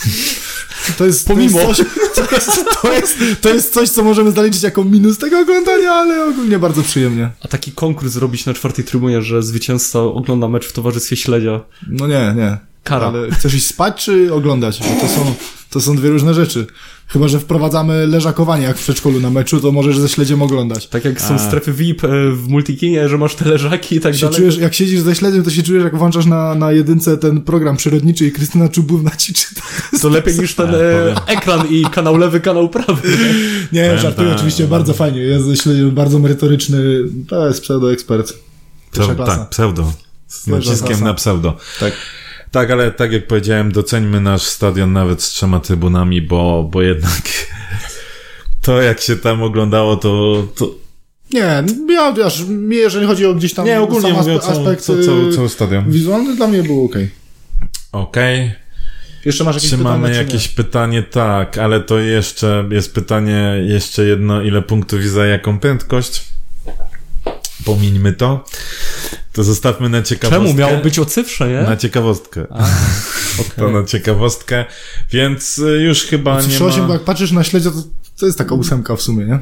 To jest, Pomimo. To jest, coś, to, jest, to, jest, to jest coś, co możemy zaliczyć jako minus tego oglądania, ale ogólnie bardzo przyjemnie. A taki konkurs zrobić na czwartej trybunie, że zwycięzca ogląda mecz w towarzystwie śledzia. No nie, nie. Kara. Ale chcesz iść spać, czy oglądać? Bo to są, to są dwie różne rzeczy. Chyba że wprowadzamy leżakowanie jak w przedszkolu na meczu, to możesz ze śledziem oglądać. Tak jak są A. strefy V I P w Multikinie, że masz te leżaki i tak Się dalej. czujesz, jak siedzisz ze śledziem, to się czujesz, jak włączasz na, na jedynce ten program przyrodniczy i Krystyna Czubówna ci czyta. To lepiej niż ten Ja e, powiem. ekran i kanał lewy, kanał prawy. Nie, Powiem żartuję tak, oczywiście, no. bardzo fajnie. Jest ze śledziem bardzo merytoryczny. To jest pseudo-ekspert. Pierwsza Pseu- klasa. tak, pseudo. Z Pierwsza naciskiem klasa. na pseudo. Tak. Tak, ale tak jak powiedziałem, doceńmy nasz stadion nawet z trzema trybunami, bo, bo jednak to jak się tam oglądało, to... to... Nie, ja, wiesz, mnie, jeżeli chodzi o gdzieś tam Nie, ogólnie sam mówię o aspe- całym, aspekt co, co, cały stadion. wizualny, dla mnie był okej. Okej. Jeszcze masz jakieś Czy pytania, mamy czy jakieś nie? pytanie? Tak, ale to jeszcze jest pytanie, jeszcze jedno, ile punktów i za jaką prędkość? Pomińmy to. To zostawmy na ciekawostkę. Czemu? Miało być o cyfrze, nie? Na ciekawostkę. A, To na ciekawostkę. Więc y, już chyba nie Cyfra osiem, bo ma... jak patrzysz na śledzia, to, to jest taka ósemka w sumie, nie?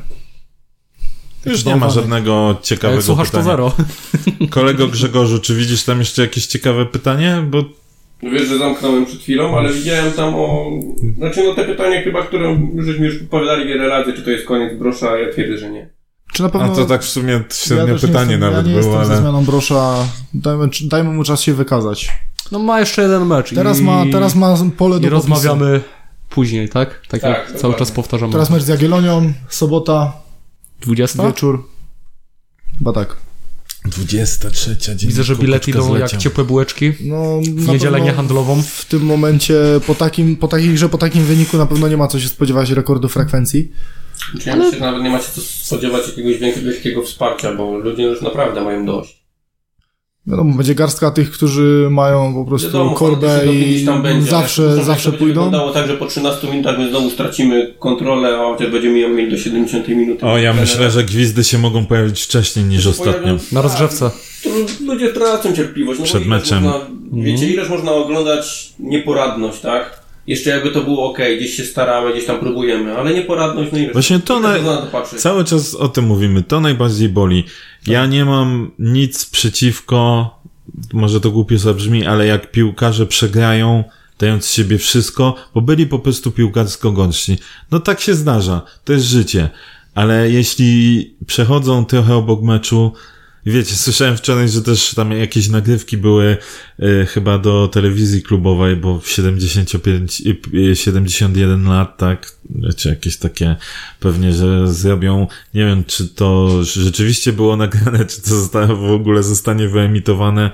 Już nie ma bałwany. żadnego a jak ciekawego słuchasz, to pytania. zero. Kolego Grzegorzu, czy widzisz tam jeszcze jakieś ciekawe pytanie? Bo Wiesz, że zamknąłem przed chwilą, ale widziałem tam o... Znaczy no te pytania chyba, które żeśmy już odpowiadali wiele razy, czy to jest koniec brosza, ja twierdzę, że nie. Czy na pewno... a to tak w sumie średnie ja też nie pytanie jestem, nawet ja nie było, jestem ze ale... zmianą brosza. Dajmy, dajmy mu czas się wykazać. No ma jeszcze jeden mecz. Teraz i... ma, teraz ma pole do I popisu. rozmawiamy później, tak? Tak, Tak, jak dokładnie. cały czas powtarzamy. Teraz mecz z Jagiellonią, sobota, dwudziesta? wieczór. Chyba tak. dwudziesta trzecia dzień. Widzę, że bilety idą jak ciepłe bułeczki. No, W na niedzielę pewno niehandlową. W tym momencie, po takim, po takiej grze, po takim wyniku na pewno nie ma co się spodziewać rekordu frekwencji. Czy ja myślę, że nawet nie macie co spodziewać jakiegoś wielkiego wsparcia, bo ludzie już naprawdę mają dość. Wiadomo, będzie garstka tych, którzy mają po prostu Wiadomo, korbę fantazy i gdzieś tam będzie, zawsze, ale to zawsze będzie pójdą. wyglądało tak, że po trzynastu minutach my znowu stracimy kontrolę, a chociaż będziemy ją mieli do siedemdziesiątej minuty. O, ja myślę, że gwizdy się mogą pojawić wcześniej niż ostatnio. Na rozgrzewce. To ludzie tracą cierpliwość. No Przed bo ileż meczem. Można, wiecie, ileż można oglądać nieporadność, tak? Jeszcze jakby to było ok, gdzieś się staramy, gdzieś tam próbujemy, ale nieporadność, no i Właśnie to ile na- można na to patrzeć? Cały czas o tym mówimy. To najbardziej boli. Ja nie mam nic przeciwko, może to głupio zabrzmi, ale jak piłkarze przegrają, dając z siebie wszystko, bo byli po prostu piłkarsko gorsi. No tak się zdarza. To jest życie. Ale jeśli przechodzą trochę obok meczu, I wiecie, słyszałem wczoraj, że też tam jakieś nagrywki były y, chyba do telewizji klubowej, bo w siedemdziesiąt pięć, y, siedemdziesiąt jeden lat, tak, czy jakieś takie pewnie, że zrobią, nie wiem, czy to rzeczywiście było nagrane, czy to zostało, w ogóle zostanie wyemitowane,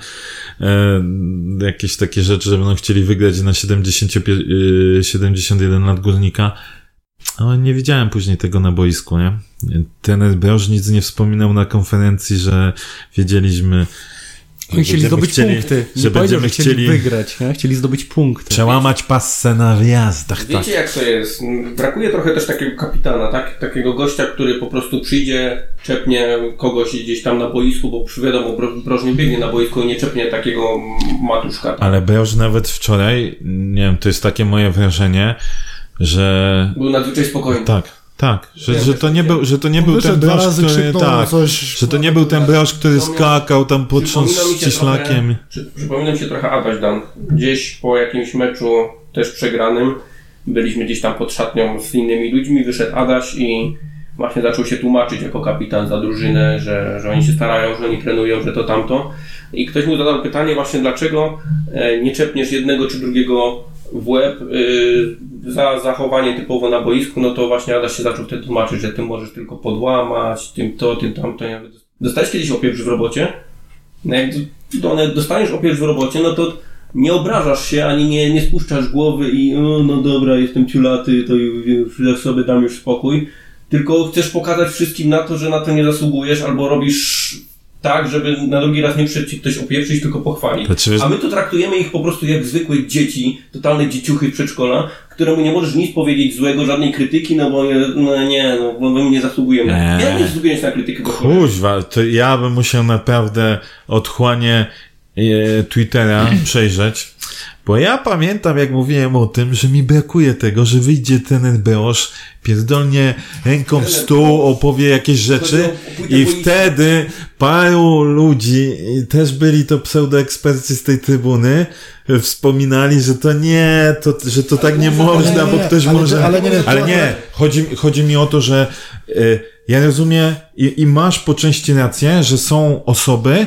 y, jakieś takie rzeczy, że będą chcieli wygrać na siedemdziesiąt, y, siedemdziesiąt jeden lat Górnika. Ale nie widziałem później tego na boisku, nie? Trener Broż nic nie wspominał na konferencji, że wiedzieliśmy... Oni chcieli zdobyć chcieli, punkty. Nie że powiedział, że chcieli, chcieli wygrać. Nie? Chcieli zdobyć punkty. Przełamać passę na wjazdach. Wiecie tak. jak to jest? Brakuje trochę też takiego kapitana, tak? Takiego gościa, który po prostu przyjdzie, czepnie kogoś gdzieś tam na boisku, bo przy wiadomo, Broż nie biegnie na boisku i nie czepnie takiego matuszka. Tak? Ale Broż nawet wczoraj, nie wiem, to jest takie moje wrażenie, że... Był nadzwyczaj spokojny. Tak. Tak, że, że to nie był, że to nie był ten Broż, który, tak, coś, że to nie był ten Broż, który skakał tam potrząs ściślakiem. Przy, przypomina mi się trochę Adaś Dan. Gdzieś po jakimś meczu też przegranym, byliśmy gdzieś tam pod szatnią z innymi ludźmi, wyszedł Adaś i właśnie zaczął się tłumaczyć jako kapitan za drużynę, że, że oni się starają, że oni trenują, że to tamto. I ktoś mu zadał pytanie właśnie, dlaczego nie czepniesz jednego czy drugiego w łeb yy, za zachowanie typowo na boisku, no to właśnie Adaś się zaczął wtedy tłumaczyć, że ty możesz tylko podłamać, tym to, tym tamto. Ja mówię, dostałeś kiedyś opieprz w robocie? No jak dostaniesz opieprz w robocie, no to nie obrażasz się, ani nie, nie spuszczasz głowy i o, no dobra, jestem ciulaty, to już sobie dam już spokój, tylko chcesz pokazać wszystkim na to, że na to nie zasługujesz, albo robisz tak, żeby na drugi raz nie przyszedł ci ktoś opieprzyć, tylko pochwalić. A my tu traktujemy ich po prostu jak zwykłe dzieci, totalne dzieciuchy przedszkola, któremu nie możesz nic powiedzieć złego, żadnej krytyki, no bo no nie, no bo my nie zasługujemy. Eee. Ja nie zasługuję na krytykę. Kuźwa, to ja bym musiał naprawdę otchłanie e, Twittera przejrzeć, bo ja pamiętam, jak mówiłem o tym, że mi brakuje tego, że wyjdzie ten Broż, pierdolnie ręką w stół, opowie jakieś rzeczy i wtedy paru ludzi, też byli to pseudoeksperci z tej trybuny, wspominali, że to nie, to, że to tak nie można, bo ktoś może... Ale nie, ale nie, chodzi, chodzi mi o to, że y, ja rozumiem i, i masz po części rację, że są osoby,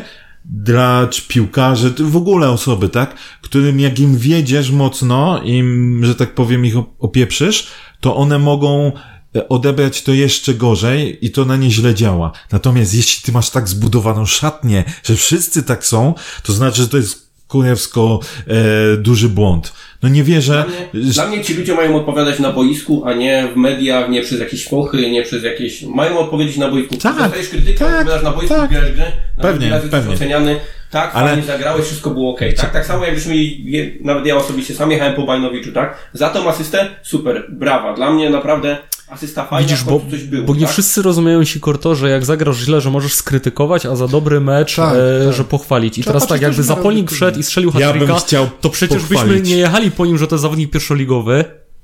dla piłkarzy, w ogóle osoby, tak, którym jak im wiedziesz mocno, im, że tak powiem, ich opieprzysz, to one mogą odebrać to jeszcze gorzej i to na nie źle działa. Natomiast jeśli ty masz tak zbudowaną szatnię, że wszyscy tak są, to znaczy, że to jest kurewsko e, duży błąd. No nie wierzę. Dla mnie, dla mnie ci ludzie mają odpowiadać na boisku, a nie w mediach, nie przez jakieś fochy, nie przez jakieś... Mają odpowiedzieć na boisku. Tak, dostajesz krytykę, tak, odpowiadasz na boisku, tak. grasz grę, na pewnie, razy pewnie. oceniany. Tak, ale... fajnie zagrałeś, wszystko było okej. Okay. Tak, tak samo jakbyśmy, je, nawet ja osobiście sam jechałem po Bajnowiczu, tak? Za tą asystę, super, brawa. Dla mnie naprawdę asysta fajna, widzisz, bo, coś było. Bo nie tak? wszyscy rozumieją Sikor, że jak zagrasz źle, że możesz skrytykować, a za dobry mecz, tak, e, tak. że pochwalić. I Trzeba teraz tak, jakby Zapolnik wszedł i strzelił hat-tricka, ja chciał to przecież pochwalić. byśmy nie jechali po nim, że to jest zawodnik pierwszoligowy,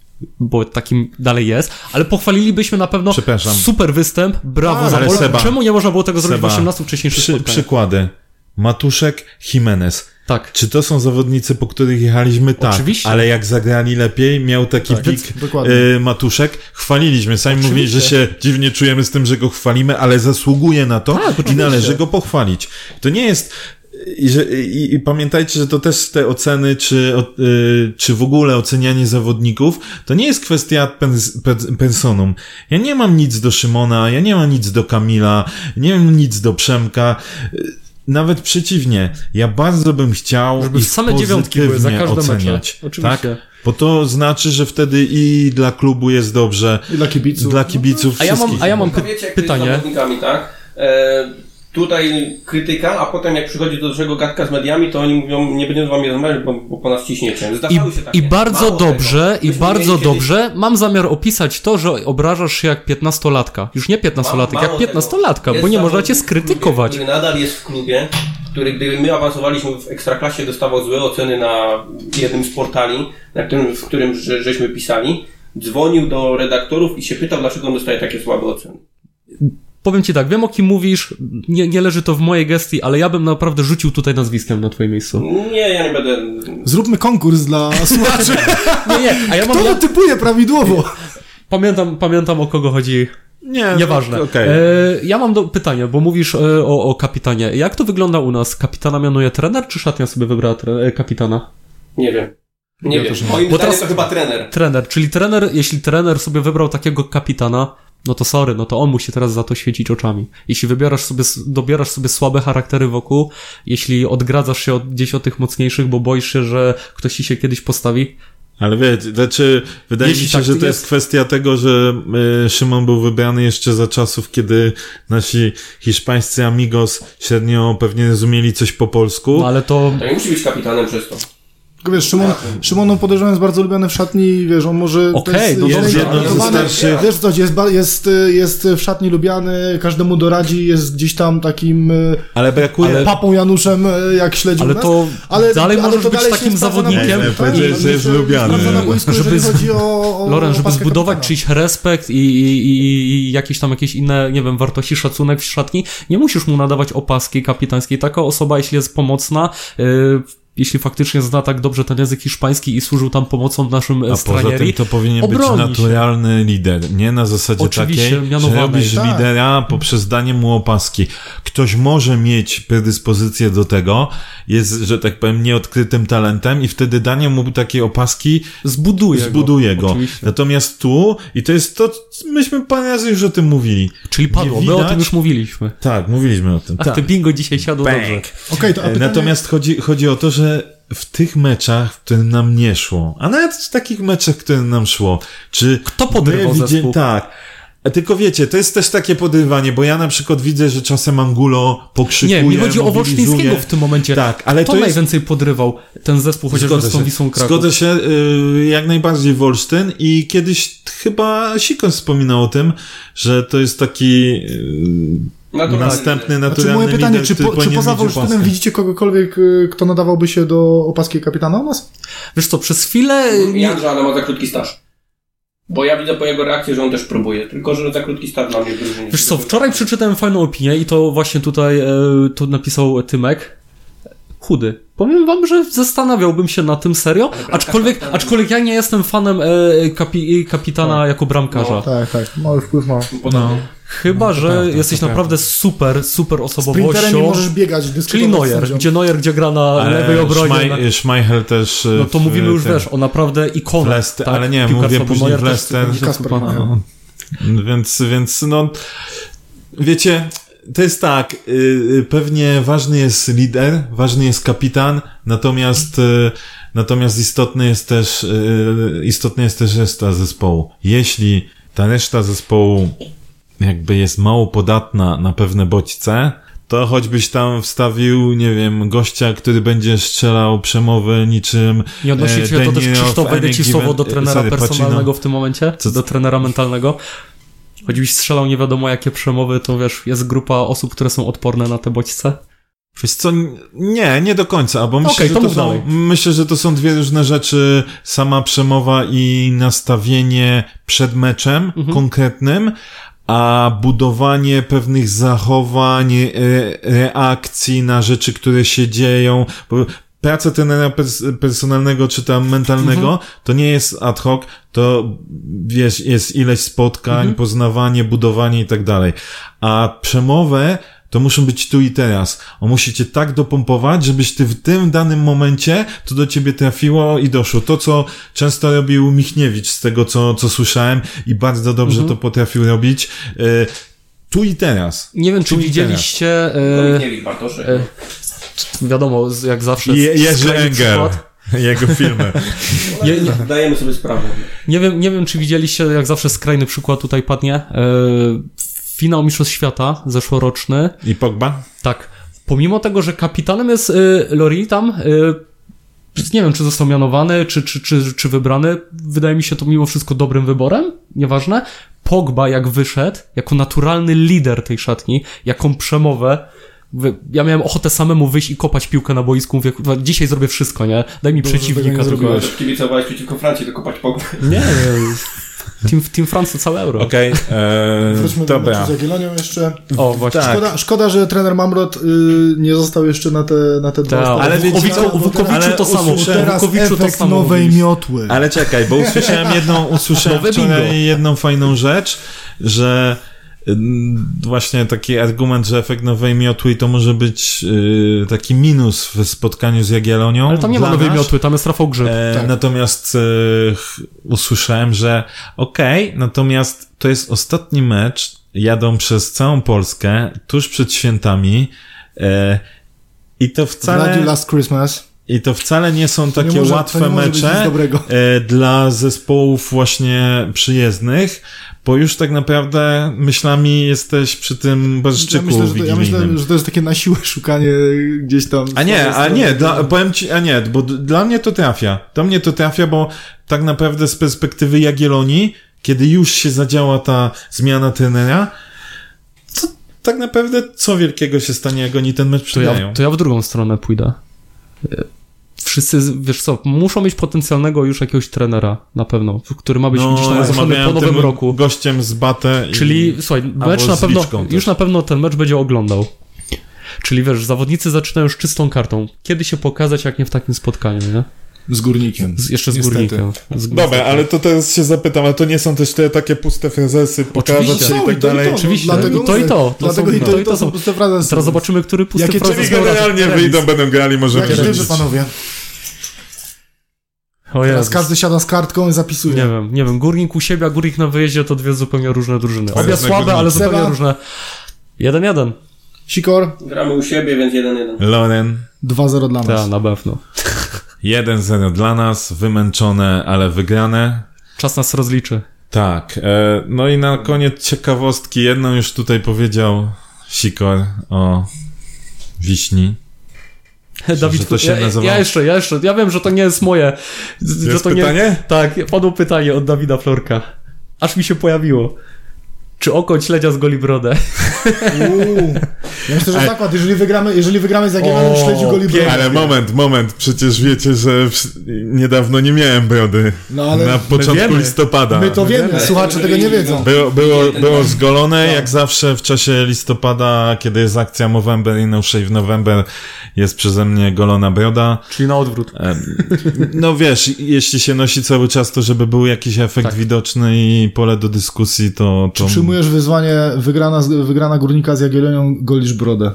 bo takim dalej jest, ale pochwalilibyśmy na pewno super występ, brawo, Zapolnik. Czemu nie można było tego zrobić Seba, w osiemnastu wcześniejszych przy, Przykłady. Matuszek, Jimenez. Tak. Czy to są zawodnicy, po których jechaliśmy? Tak. Oczywiście. Ale jak zagrali lepiej, miał taki tak, pik y, Matuszek, chwaliliśmy. Sami Oczywiście. mówili, że się dziwnie czujemy z tym, że go chwalimy, ale zasługuje na to tak, i należy go pochwalić. To nie jest... I, że, i, i pamiętajcie, że to też te oceny, czy, o, y, czy w ogóle ocenianie zawodników, to nie jest kwestia pers, pers, personum. Ja nie mam nic do Szymona, ja nie mam nic do Kamila, nie mam nic do Przemka. Nawet przeciwnie, ja bardzo bym chciał żeby ich same dziewiątki były za każde oceniać. Mecze. Oczywiście. Tak? Bo to znaczy, że wtedy i dla klubu jest dobrze, i dla kibiców. Dla kibiców a ja mam, a ja mam py- wiecie, jak pytanie. Z zawodnikami, tak? E, tutaj krytyka, a potem jak przychodzi do dużego gadka z mediami, to oni mówią, nie będziemy z wami rozmawiać, bo, bo po nas ciśniecie. Zdarzały się takie. I bardzo Mało dobrze, tego. i bardzo dobrze kiedyś... mam zamiar opisać to, że obrażasz się jak piętnastolatka. Już nie piętnastolatek, jak piętnastolatka, bo nie można cię skrytykować. Który nadal jest w klubie, który gdy my awansowaliśmy w Ekstraklasie, dostawał złe oceny na jednym z portali, na którym, w którym że, żeśmy pisali, dzwonił do redaktorów i się pytał, dlaczego on dostaje takie słabe oceny. Powiem ci tak, wiem o kim mówisz, nie, nie leży to w mojej gestii, ale ja bym naprawdę rzucił tutaj nazwiskiem na twoje miejscu. Nie, ja nie będę... Zróbmy konkurs dla słuchaczy. nie, nie, a ja mam... Kto ja... typuje prawidłowo? Pamiętam, pamiętam o kogo chodzi Nie, Nieważne. No, okay. e, ja mam do, pytanie, bo mówisz e, o, o kapitanie. Jak to wygląda u nas? Kapitana mianuje trener, czy szatnia sobie wybrała tre, e, kapitana? Nie wiem. Nie Ja wiem. też nie. Moim Bo zdaniem teraz- to chyba trener. Trener, czyli trener, jeśli trener sobie wybrał takiego kapitana, no to sorry, no to on musi teraz za to świecić oczami. Jeśli wybierasz sobie, dobierasz sobie słabe charaktery wokół, jeśli odgradzasz się od, gdzieś od tych mocniejszych, bo boisz się, że ktoś ci się kiedyś postawi, Ale wiecie, znaczy, wydaje Jeśli mi się, tak że to jest- jest kwestia tego, że y, Szymon był wybrany jeszcze za czasów, kiedy nasi hiszpańscy amigos średnio pewnie rozumieli coś po polsku. no ale to... To nie musi być kapitanem przez to. Tylko wiesz, Szymon, Szymon on podejrzewam jest bardzo lubiany w szatni, wiesz, on może... to Okej, jest no źle dobrze, interpretowany. ale starszy- Wiesz co, jest, ba- jest, jest w szatni lubiany, każdemu doradzi, jest gdzieś tam takim y, Ale brakuje... Ale- papą Januszem, y, jak śledził Ale nas. to dalej ale możesz to być dalej się takim sprawdza na zawodnikiem. boisku, Nie, tak? powiedziałeś, że jest się lubiany. sprawdza na boisku, Żeby jeżeli z- chodzi o, o Loren, żeby opaskę zbudować kapitana. czyjś respekt i, i, i, i jakieś tam jakieś inne, nie wiem, wartości, szacunek w szatni, nie musisz mu nadawać opaski kapitańskiej. Taka osoba, jeśli jest pomocna, yy, jeśli faktycznie zna tak dobrze ten język hiszpański i służył tam pomocą naszym A poza stranierii, tym to powinien być obroni się. naturalny lider, nie na zasadzie Oczywiście, takiej, że mianowany. robisz Tak. lidera poprzez danie mu opaski. Ktoś może mieć predyspozycję do tego, jest, że tak powiem, nieodkrytym talentem i wtedy danie mu takiej opaski zbuduje go. zbuduje go. Oczywiście. Natomiast tu, i to jest to, myśmy parę razy już o tym mówili. Czyli padło, Nie my o widać- tym już mówiliśmy. Tak, mówiliśmy o tym. Ach, tak. te bingo dzisiaj siadło Bang. dobrze. Okej, to a E, pytanie... Natomiast chodzi, chodzi o to, że w tych meczach, w których nam nie szło, a nawet w takich meczach, w których nam szło, czy Kto podrywał my widzieli- zespół? Tak. A tylko wiecie, to jest też takie podrywanie, bo ja na przykład widzę, że czasem Angulo pokrzykuje, Nie, mi chodzi o mobilizuje. Wolsztyńskiego w tym momencie. Tak, ale Kto to jest... najwięcej podrywał ten zespół, chociażby Zgodzę z tą się, Wisłą Kraków? zgodzę się y, jak najbardziej Wolsztyn i kiedyś chyba Sikon wspominał o tym, że to jest taki y, Naturalny następny lider. naturalny Znaczy moje pytanie, lider, czy, który po, czy powinien poza mieć Wolsztynem opaskę. widzicie kogokolwiek, y, kto nadawałby się do opaski kapitana u nas? Wiesz co, przez chwilę... Nie... Jan ale ma za krótki staż. Bo ja widzę po jego reakcji, że on też próbuje. Tylko, że za krótki staż dla mnie w drużynie. Wiesz co, wczoraj przeczytałem fajną opinię i to właśnie tutaj e, to napisał Tymek. Chudy. Powiem wam, że zastanawiałbym się na tym serio, aczkolwiek, aczkolwiek ja nie jestem fanem e, kapi, kapitana Tak. jako bramkarza. No. Tak, tak, mały wpływ ma. No. Chyba, że prawda, jesteś to naprawdę super, super Sprinterem nie osobowością. możesz biegać, Czyli dyskutować z Neuer, sędzią. gdzie Neuer, gdzie gra na Ale lewej obronie. Schmei- Schmeichel też... No to w- mówimy już, ten- wiesz, o naprawdę ikonie. w Leicester, tak, ale nie, piłkarstwa, mówię bo później Neuer w też Leicester. będzie Kasper, kupany. no. Więc, więc no, wiecie, to jest tak, y, y, pewnie ważny jest lider, ważny jest kapitan, natomiast, y, natomiast istotny jest też, y, istotny jest też reszta zespołu. Jeśli ta reszta zespołu jakby jest mało podatna na pewne bodźce, to choćbyś tam wstawił, nie wiem, gościa, który będzie strzelał przemowy niczym... Nie odnosi e, się to też, Danilo Krzysztof, w wejdę any ci słowo given- do trenera sorry, personalnego Pacino. w tym momencie, Co- do trenera mentalnego. Choćbyś strzelał nie wiadomo jakie przemowy, to wiesz, jest grupa osób, które są odporne na te bodźce. Wiesz co, nie, nie do końca, bo myślę, Okej, że to to mów są, dalej. myślę, że to są dwie różne rzeczy, sama przemowa i nastawienie przed meczem Mhm. konkretnym, a budowanie pewnych zachowań, e, reakcji na rzeczy, które się dzieją, bo praca trenera pers- personalnego czy tam mentalnego Mhm. to nie jest ad hoc, to wiesz, jest ileś spotkań, Mhm. poznawanie, budowanie i tak dalej. A przemowę to muszą być tu i teraz. On musi cię tak dopompować, żebyś ty w tym danym momencie to do ciebie trafiło i doszło. To, co często robił Michniewicz, z tego, co, co słyszałem i bardzo dobrze Mhm. to potrafił robić. Y, tu i teraz. Nie wiem, czy Tu i widzieliście, To e, nie wiem, Bartoszek. e, wiadomo, z- jak zawsze... Je, Jerzy skrajny Engel. przykład. Jego filmy. nie- nie- Zdajemy sobie sprawę. Nie wiem, nie wiem, czy widzieliście, jak zawsze skrajny przykład tutaj padnie. E, finał Mistrzostw Świata zeszłoroczny. I Pogba? Tak. Pomimo tego, że kapitanem jest y, Lori tam, y, nie wiem, czy został mianowany, czy, czy, czy, czy wybrany. Wydaje mi się to mimo wszystko dobrym wyborem. Nieważne. Pogba jak wyszedł, jako naturalny lider tej szatni, jaką przemowę. Wy- Ja miałem ochotę samemu wyjść i kopać piłkę na boisku. Mówię, kurwa, dzisiaj zrobię wszystko, nie? Daj mi Dobrze, że tego przeciwnika nie tylko. zrobiłeś. Kibicowałeś przeciwko Francji, to kopać Pogba. Nie, nie. Team, team France to całe euro. Okej, okay, Wróćmy do dobra. meczu z Jagiellonią jeszcze. O, właśnie. Tak. Szkoda, szkoda, że trener Mamrot y, nie został jeszcze na te, na te dwa Tak, ostatnie ale wiecie, mecze, co, bo Wukowiczu teraz- ale to samo. usłyszałem- Teraz Wukowiczu to efekt samo nowej mówisz. miotły. Ale czekaj, bo usłyszałem jedną, usłyszałem Nowe wczoraj bingo. jedną fajną rzecz, że właśnie taki argument, że efekt nowej miotły i to może być y, taki minus w spotkaniu z Jagiellonią. Ale tam nie ma nowej nas. miotły, tam jest Rafał Grzyb. E, tak. Natomiast y, usłyszałem, że okej, okay, natomiast to jest ostatni mecz, jadą przez całą Polskę, tuż przed świętami e, i to wcale... W Last Christmas. I to wcale nie są to takie nie może, łatwe mecze e, dla zespołów właśnie przyjezdnych, bo już tak naprawdę myślami jesteś przy tym barszczyku ja myślę, że to, ja myślę, że to jest takie na siłę szukanie gdzieś tam... A nie, a nie, dla, powiem ci, a nie, bo d- dla mnie to trafia. Do mnie to trafia, bo tak naprawdę z perspektywy Jagiellonii, kiedy już się zadziała ta zmiana trenera, to tak naprawdę co wielkiego się stanie, jak oni ten mecz przegrają? To ja, to ja w drugą stronę pójdę. Wszyscy, wiesz co, muszą mieć potencjalnego już jakiegoś trenera, na pewno, który ma być no, gdzieś tam ogłoszony po nowym roku. Gościem z Batę. Czyli, i... słuchaj, mecz na pewno, już na pewno ten mecz będzie oglądał. Czyli wiesz, zawodnicy zaczynają już czystą kartą. Kiedy się pokazać, jak nie w takim spotkaniu, nie? Z Górnikiem. Z, jeszcze z Niestety. Górnikiem. Z Dobra, ale to teraz się zapytam, a to nie są też te takie puste frazesy, pokazać się i tak dalej? To, oczywiście. Dlatego, I to i to. to dlatego są, i to, to, i to są puste frazesy. Teraz zobaczymy, który pusty Jakie frazes... Czyli generalnie wyjdą, będą grali, możemy Jakie rzeczy, panowie? O Teraz każdy siada z kartką i zapisuje. Nie wiem, nie wiem. Górnik u siebie, a Górnik na wyjeździe to dwie zupełnie różne drużyny. Obie słabe, ale zupełnie Seba. różne. jeden jeden. Sikor? Gramy u siebie, więc jeden jeden. Loren? dwa zero dla nas. Tak, na pewno. jeden zero dla nas, wymęczone, ale wygrane. Czas nas rozliczy. Tak. E, no i na koniec ciekawostki. Jedną już tutaj powiedział Sikor o wiśni. Dawid, to się ja, nazywa... ja jeszcze, ja jeszcze, ja wiem, że to nie jest moje. Jest że to pytanie? Nie, tak, padło pytanie od Dawida Florka. Aż mi się pojawiło. Czy oko śledzia z goli brodę? Uuu. Ja myślę, że Ale... zakład, jeżeli wygramy, jeżeli wygramy z Jagiellonem, śledził goli brodę. Ale moment, moment, przecież wiecie, że niedawno nie miałem brody. No, ale na początku listopada. My to wiemy, słuchacze tego nie wiedzą. Było, było, było zgolone, jak zawsze w czasie listopada, kiedy jest akcja Movember i No Shave November, jest przeze mnie golona broda. Czyli na odwrót. No wiesz, jeśli się nosi cały czas, to żeby był jakiś efekt tak. widoczny i pole do dyskusji, to... to... Czy przyjmujesz wyzwanie wygrana, wygrana Górnika z Jagiellonią, golisz brodę?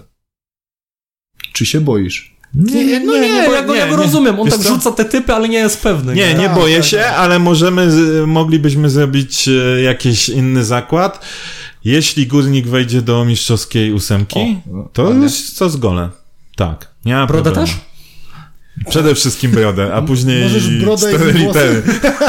Czy się boisz? Nie, nie, no nie, nie, nie, ja go, nie, ja go rozumiem. On Wiesz tak co? rzuca te typy, ale nie jest pewny. Nie, nie, nie boję tak, się, tak. ale możemy, moglibyśmy zrobić jakiś inny zakład. Jeśli Górnik wejdzie do mistrzowskiej ósemki, o, to jest co z gole. Tak. Nie ma brodę problemu. też? Przede wszystkim brodę, a później cztery litery.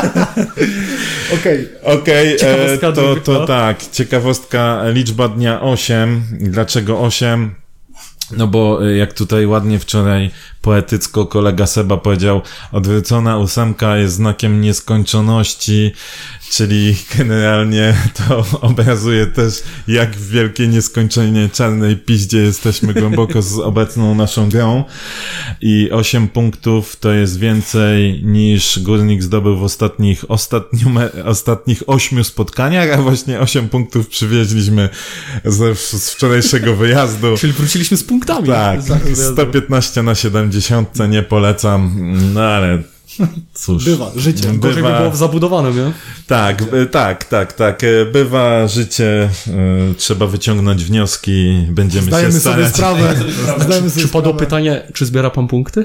Okej. Okej, to, to tak. Ciekawostka, liczba dnia osiem. Dlaczego osiem? No bo jak tutaj ładnie wczoraj poetycko kolega Seba powiedział, odwrócona ósemka jest znakiem nieskończoności, czyli generalnie to obrazuje też, jak w wielkiej nieskończenie czarnej piździe jesteśmy głęboko z obecną naszą grą i osiem punktów to jest więcej niż Górnik zdobył w ostatnich ostatniu, ostatnich ośmiu spotkaniach, a właśnie osiem punktów przywieźliśmy z, z wczorajszego wyjazdu. Czyli wróciliśmy z punktami. Tak, sto piętnaście na siedemdziesiąt nie polecam, no ale cóż. Bywa, życie. Bywa... Gorzej by było w zabudowanym, nie? Tak, tak, tak, tak. Bywa życie, y, trzeba wyciągnąć wnioski, będziemy Zdajemy się starać. Sobie sprawę. Zdajemy sobie czy padło sprawę. pytanie, czy zbiera pan punkty?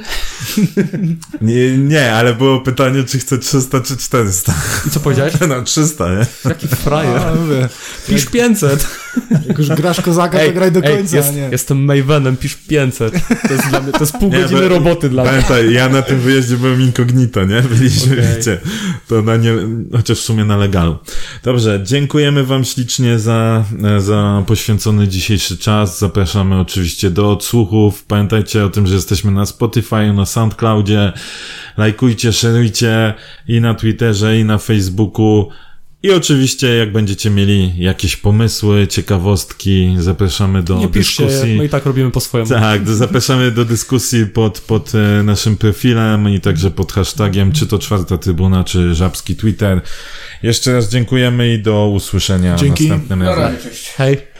Nie, nie, ale było pytanie, czy chce trzysta czy czterysta. I co powiedziałeś? No trzysta, nie? Jaki frajer. A, mówię. Pisz jak, pięćset. Jak już grasz kozaka, ej, to graj do ej, końca, jest, nie? Jestem Mavenem, pisz pięćset. To jest dla mnie, to jest pół nie, godziny to, roboty dla pamiętaj, mnie. Ja na tym wyjeździe byłem incognito, nie? Byliśmy, okay. wiecie, to na nie, chociaż w sumie na legalu. Dobrze, dziękujemy wam ślicznie za, za poświęcony dzisiejszy czas. Zapraszamy oczywiście do odsłuchów. Pamiętajcie o tym, że jesteśmy na Spotify, na SoundCloudzie. Lajkujcie, szerujcie i na Twitterze, i na Facebooku. I oczywiście, jak będziecie mieli jakieś pomysły, ciekawostki, zapraszamy do nie piszcie, dyskusji. My i tak robimy po swojemu. Tak, zapraszamy do dyskusji pod, pod naszym profilem i także pod hashtagiem, czy to Czwarta Trybuna, czy Żabski Twitter. Jeszcze raz dziękujemy i do usłyszenia Dzięki. następnym razem. Cześć. Hej.